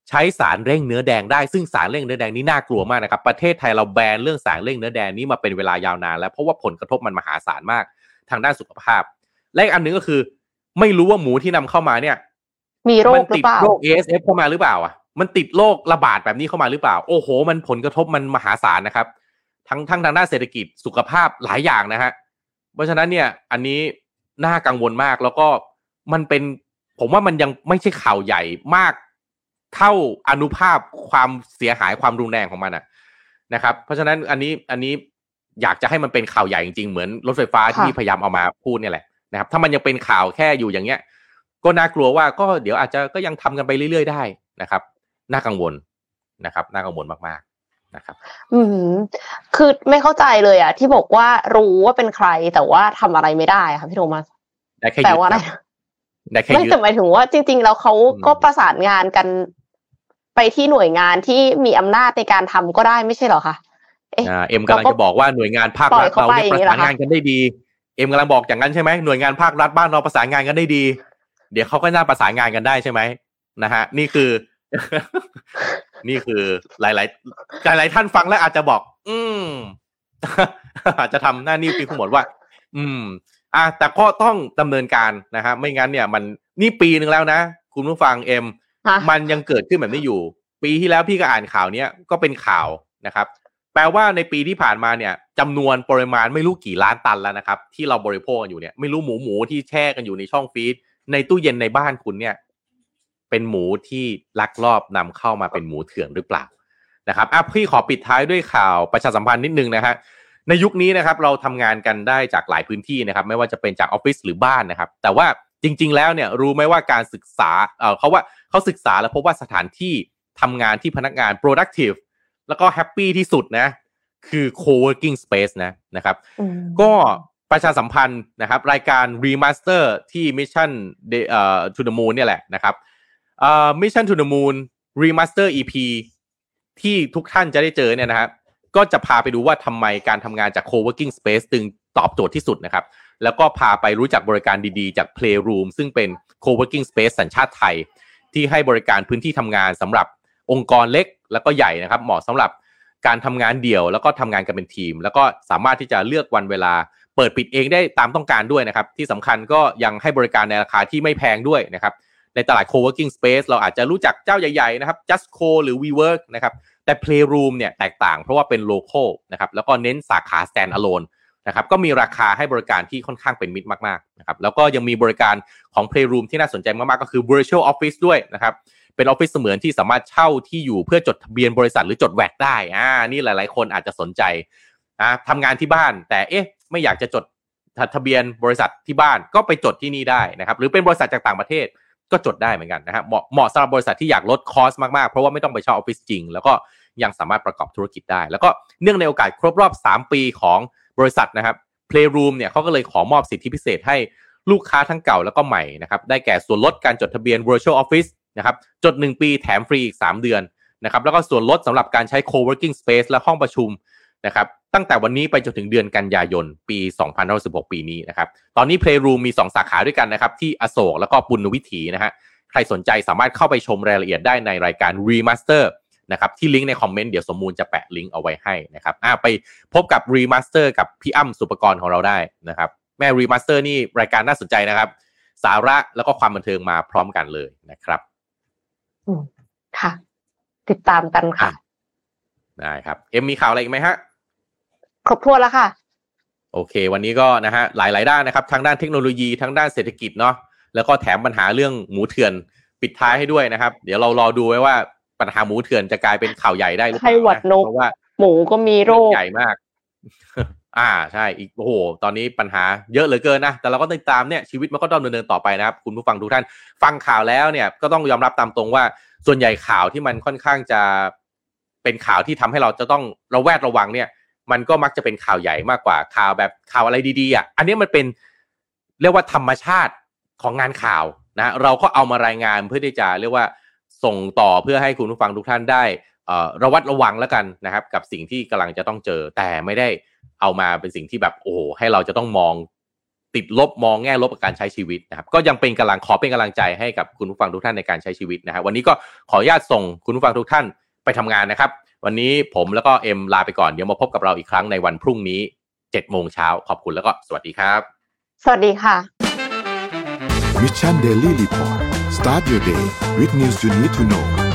Speaker 3: ใช้สารเร่งเนื้อแดงได้ซึ่งสารเร่งเนื้อแดงนี้น่ากลัวมากนะครับประเทศไทยเราแบนเรื่องสารเร่งเนื้อแดงนี้มาเป็นเวลายาวนานแล้วเพราะว่าผลกระทบมันมหาศาลมากทางด้านสุขภาพและอีกอันนึงก็คือไม่รู้ว่าหมูที่นำเข้ามาเนี่ย
Speaker 4: มีโรคหรือเปล่า
Speaker 3: มันติดโรค เอ เอส เอฟ เข้ามาหรือเปล่าอ่ะมันติดโรคระบาดแบบนี้เข้ามาหรือเปล่าโอ้โหมันผลกระทบมันมหาศาลนะครับทั้งทั้งทางด้านเศรษฐกิจสุขภาพหลายอย่างนะฮะเพราะฉะนั้นเนี่ยอันนี้น่ากังวลมากแล้วก็มันเป็นผมว่ามันยังไม่ใช่ข่าวใหญ่มากเท่าอานุภาพความเสียหายความรุนแรงของมันนะครับเพราะฉะนั้นอันนี้อันนี้อยากจะให้มันเป็นข่าวใหญ่จริงๆเหมือนรถไฟฟ้าที่พยายามเอามาพูดเนี่ยแหละนะครับถ้ามันยังเป็นข่าวแค่อยู่อย่างเงี้ยก็น่ากลัวว่าก็เดี๋ยวอาจจะก็ยังทำกันไปเรื่อยๆได้นะครับน่ากังวลนะครับน่ากังวลมากๆนะครับ
Speaker 4: อืมคือไม่เข้าใจเลยอ่ะที่บอกว่ารู้ว่าเป็นใครแต่ว่าทำอะไรไม่ได้ค่ะพี่โทมัส
Speaker 3: ได้แค่ยึดอะไร
Speaker 4: ไม่แต่หมายถึงว่าจริงๆแล้วเขาก็ประสานงานกันไปที่หน่วยงานที่มีอำนาจในการทำก็ได้ไม่ใช่เหรอคะ
Speaker 3: เอ็มเอ็มกำลังจะบอกว่าหน่วยงานภาครัฐเราเนี่ยประสานงานกันได้ดีเอ็มกำลังบอกอย่างนั้นใช่ไหมหน่วยงานภาครัฐบ้านเราประสานงานกันได้ดีเดี๋ยวเขาก็น่าประสานงานกันได้ใช่ไหมนะฮะนี่คือ นี่คือหลายๆหลายๆท่านฟังแล้วอาจจะบอกอืม อาจจะทำหน้านิ่งปีขมวดว่าอืมอ่ะแต่ก็ต้องดำเนินการนะฮะไม่งั้นเนี่ยมันนี่ปีนึงแล้วนะคุณผู้ฟังเอ็มมันยังเกิดขึ้นแบบนี้อยู่ปีที่แล้วพี่ก็อ่านข่าวเนี้ยก็เป็นข่าวนะครับแปลว่าในปีที่ผ่านมาเนี่ยจำนวนปริมาณไม่รู้กี่ล้านตันแล้วนะครับที่เราบริโภคกันอยู่เนี่ยไม่รู้หมูหมูที่แช่กันอยู่ในช่องฟรีซในตู้เย็นในบ้านคุณเนี่ยเป็นหมูที่ลักลอบนำเข้ามาเป็นหมูเถื่อนหรือเปล่านะครับอ่ะพี่ขอปิดท้ายด้วยข่าวประชาสัมพันธ์นิดนึงนะฮะในยุคนี้นะครับเราทำงานกันได้จากหลายพื้นที่นะครับไม่ว่าจะเป็นจากออฟฟิศหรือบ้านนะครับแต่ว่าจริงๆแล้วเนี่ยรู้ไหมว่าการศึกษาเอ่อเขาว่าเขาศึกษาแล้วพบว่าสถานที่ทำงานที่พนักงาน productive แล้วก็แฮปปี้ที่สุดนะคือ co-working space นะนะครับก็ประชาสัมพันธ์นะครับรายการ Remaster ที่ Mission to the Moon เนี่ยแหละนะครับเอ่อ Mission to the Moon Remaster อี พี ที่ทุกท่านจะได้เจอเนี่ยนะครับก็จะพาไปดูว่าทำไมการทำงานจาก co-working space จึงตอบโจทย์ที่สุดนะครับแล้วก็พาไปรู้จักบริการดีๆจาก Playroom ซึ่งเป็น co-working space สัญชาติไทยที่ให้บริการพื้นที่ทำงานสำหรับองค์กรเล็กแล้วก็ใหญ่นะครับเหมาะสำหรับการทำงานเดี่ยวแล้วก็ทำงานกันเป็นทีมแล้วก็สามารถที่จะเลือกวันเวลาเปิดปิดเองได้ตามต้องการด้วยนะครับที่สำคัญก็ยังให้บริการในราคาที่ไม่แพงด้วยนะครับในตลาด co-working space เราอาจจะรู้จักเจ้าใหญ่ๆนะครับ JustCo หรือ WeWork นะครับแต่ Playroom เนี่ยแตกต่างเพราะว่าเป็น local นะครับแล้วก็เน้นสาขา stand alone นะครับก็มีราคาให้บริการที่ค่อนข้างเป็นมิตรมากๆนะครับแล้วก็ยังมีบริการของ Playroom ที่น่าสนใจมากๆก็คือ virtual office ด้วยนะครับเป็นออฟฟิศเสมือนที่สามารถเช่าที่อยู่เพื่อจดทะเบียนบริษัทหรือจด แวต ได้อ่านี่หลายๆคนอาจจะสนใจอ่าทำงานที่บ้านแต่เอ๊ะไม่อยากจะจดทะเบียนบริษัทที่บ้านก็ไปจดที่นี่ได้นะครับหรือเป็นบริษัทจากต่างประเทศก็จดได้เหมือนกันนะครับเหมาะเหมาะสำหรับบริษัทที่อยากลดคอสมากๆเพราะว่าไม่ต้องไปเช่าออฟฟิศจริงแล้วก็ยังสามารถประกอบธุรกิจได้แล้วก็เนื่องในโอกาสครบรอบสามปีของบริษัทนะครับ Playroom เนี่ยเขาก็เลยขอมอบสิทธิพิเศษให้ลูกค้าทั้งเก่าแล้วก็ใหม่นะครับได้แก่ส่วนลดการจดทะเบียน virtual office นะครับจดหนึ่งปีแถมฟรีอีกสามเดือนนะครับแล้วก็ส่วนลดสำหรับการใช้ co-working space และห้องประชุมนะครับตั้งแต่วันนี้ไปจนถึงเดือนกันยายนปีสองพันห้าร้อยสิบหกปีนี้นะครับตอนนี้ Playroom มีสองสาขาด้วยกันนะครับที่อโศกแล้วก็ปุณณวิถีนะฮะใครสนใจสามารถเข้าไปชมรายละเอียดได้ในรายการ Remaster นะครับที่ลิงก์ในคอมเมนต์เดี๋ยวสมมูลจะแปะลิงก์เอาไว้ให้นะครับอ่าไปพบกับ Remaster กับพี่อ้ำสุปกรณ์ของเราได้นะครับแม่ Remaster นี่รายการน่าสนใจนะครับสาระแล้วก็ความบันเทิงมาพร้อมกันเลยนะครับ
Speaker 4: อืมค่ะติดตามกันค่ะ
Speaker 3: ได้ครับเอ็มมีข่าวอะไรอีกไหมฮะ
Speaker 4: ครบถ้วนแล้วค่ะ
Speaker 3: โอเควันนี้ก็นะฮะหลายๆด้านนะครับทั้งด้านเทคโนโลยีทั้งด้านเศรษฐกิจเนาะแล้วก็แถมปัญหาเรื่องหมูเถื่อนปิดท้ายให้ด้วยนะครับเดี๋ยวเรารอดูไว้ว่าปัญหาหมูเถื่อนจะกลายเป็นข่าวใหญ่ได้หรือเปล่านะเพราะว่า
Speaker 4: หมูก็มีโรค
Speaker 3: ใหญ่มากอ่าใช่อีกโอ้โหตอนนี้ปัญหาเยอะเหลือเกินนะแต่เราก็ติดตามเนี่ยชีวิตมันก็ต้องดำเนินต่อไปนะครับคุณผู้ฟังทุกท่านฟังข่าวแล้วเนี่ยก็ต้องยอมรับตามตรงว่าส่วนใหญ่ข่าวที่มันค่อนข้างจะเป็นข่าวที่ทำให้เราจะต้องระแวดระวังเนี่ยมันก็มักจะเป็นข่าวใหญ่มากกว่าข่าวแบบข่าวอะไรดีๆอ่ะอันนี้มันเป็นเรียกว่าธรรมชาติของงานข่าวนะเราก็เอามารายงานเพื่อที่จะเรียกว่าส่งต่อเพื่อให้คุณผู้ฟังทุกท่านได้เอ่อระวัดระวังแล้วกันนะครับกับสิ่งที่กำลังจะต้องเจอแต่ไม่ได้เอามาเป็นสิ่งที่แบบโอ้โหให้เราจะต้องมองติดลบมองแง่ลบกับการใช้ชีวิตนะครับก็ยังเป็นกำลังขอเป็นกำลังใจให้กับคุณผู้ฟังทุกท่านในการใช้ชีวิตนะฮะวันนี้ก็ขออนุญาตส่งคุณผู้ฟังทุกท่านไปทำงานนะครับวันนี้ผมแล้วก็เอ็มลาไปก่อนเดี๋ยวมาพบกับเราอีกครั้งในวันพรุ่งนี้ เจ็ดโมงเช้าขอบคุณแล้วก็สวัสดีครับ
Speaker 4: สวัสดีค่ะ
Speaker 1: Mission Daily Report Start your day with news you need to know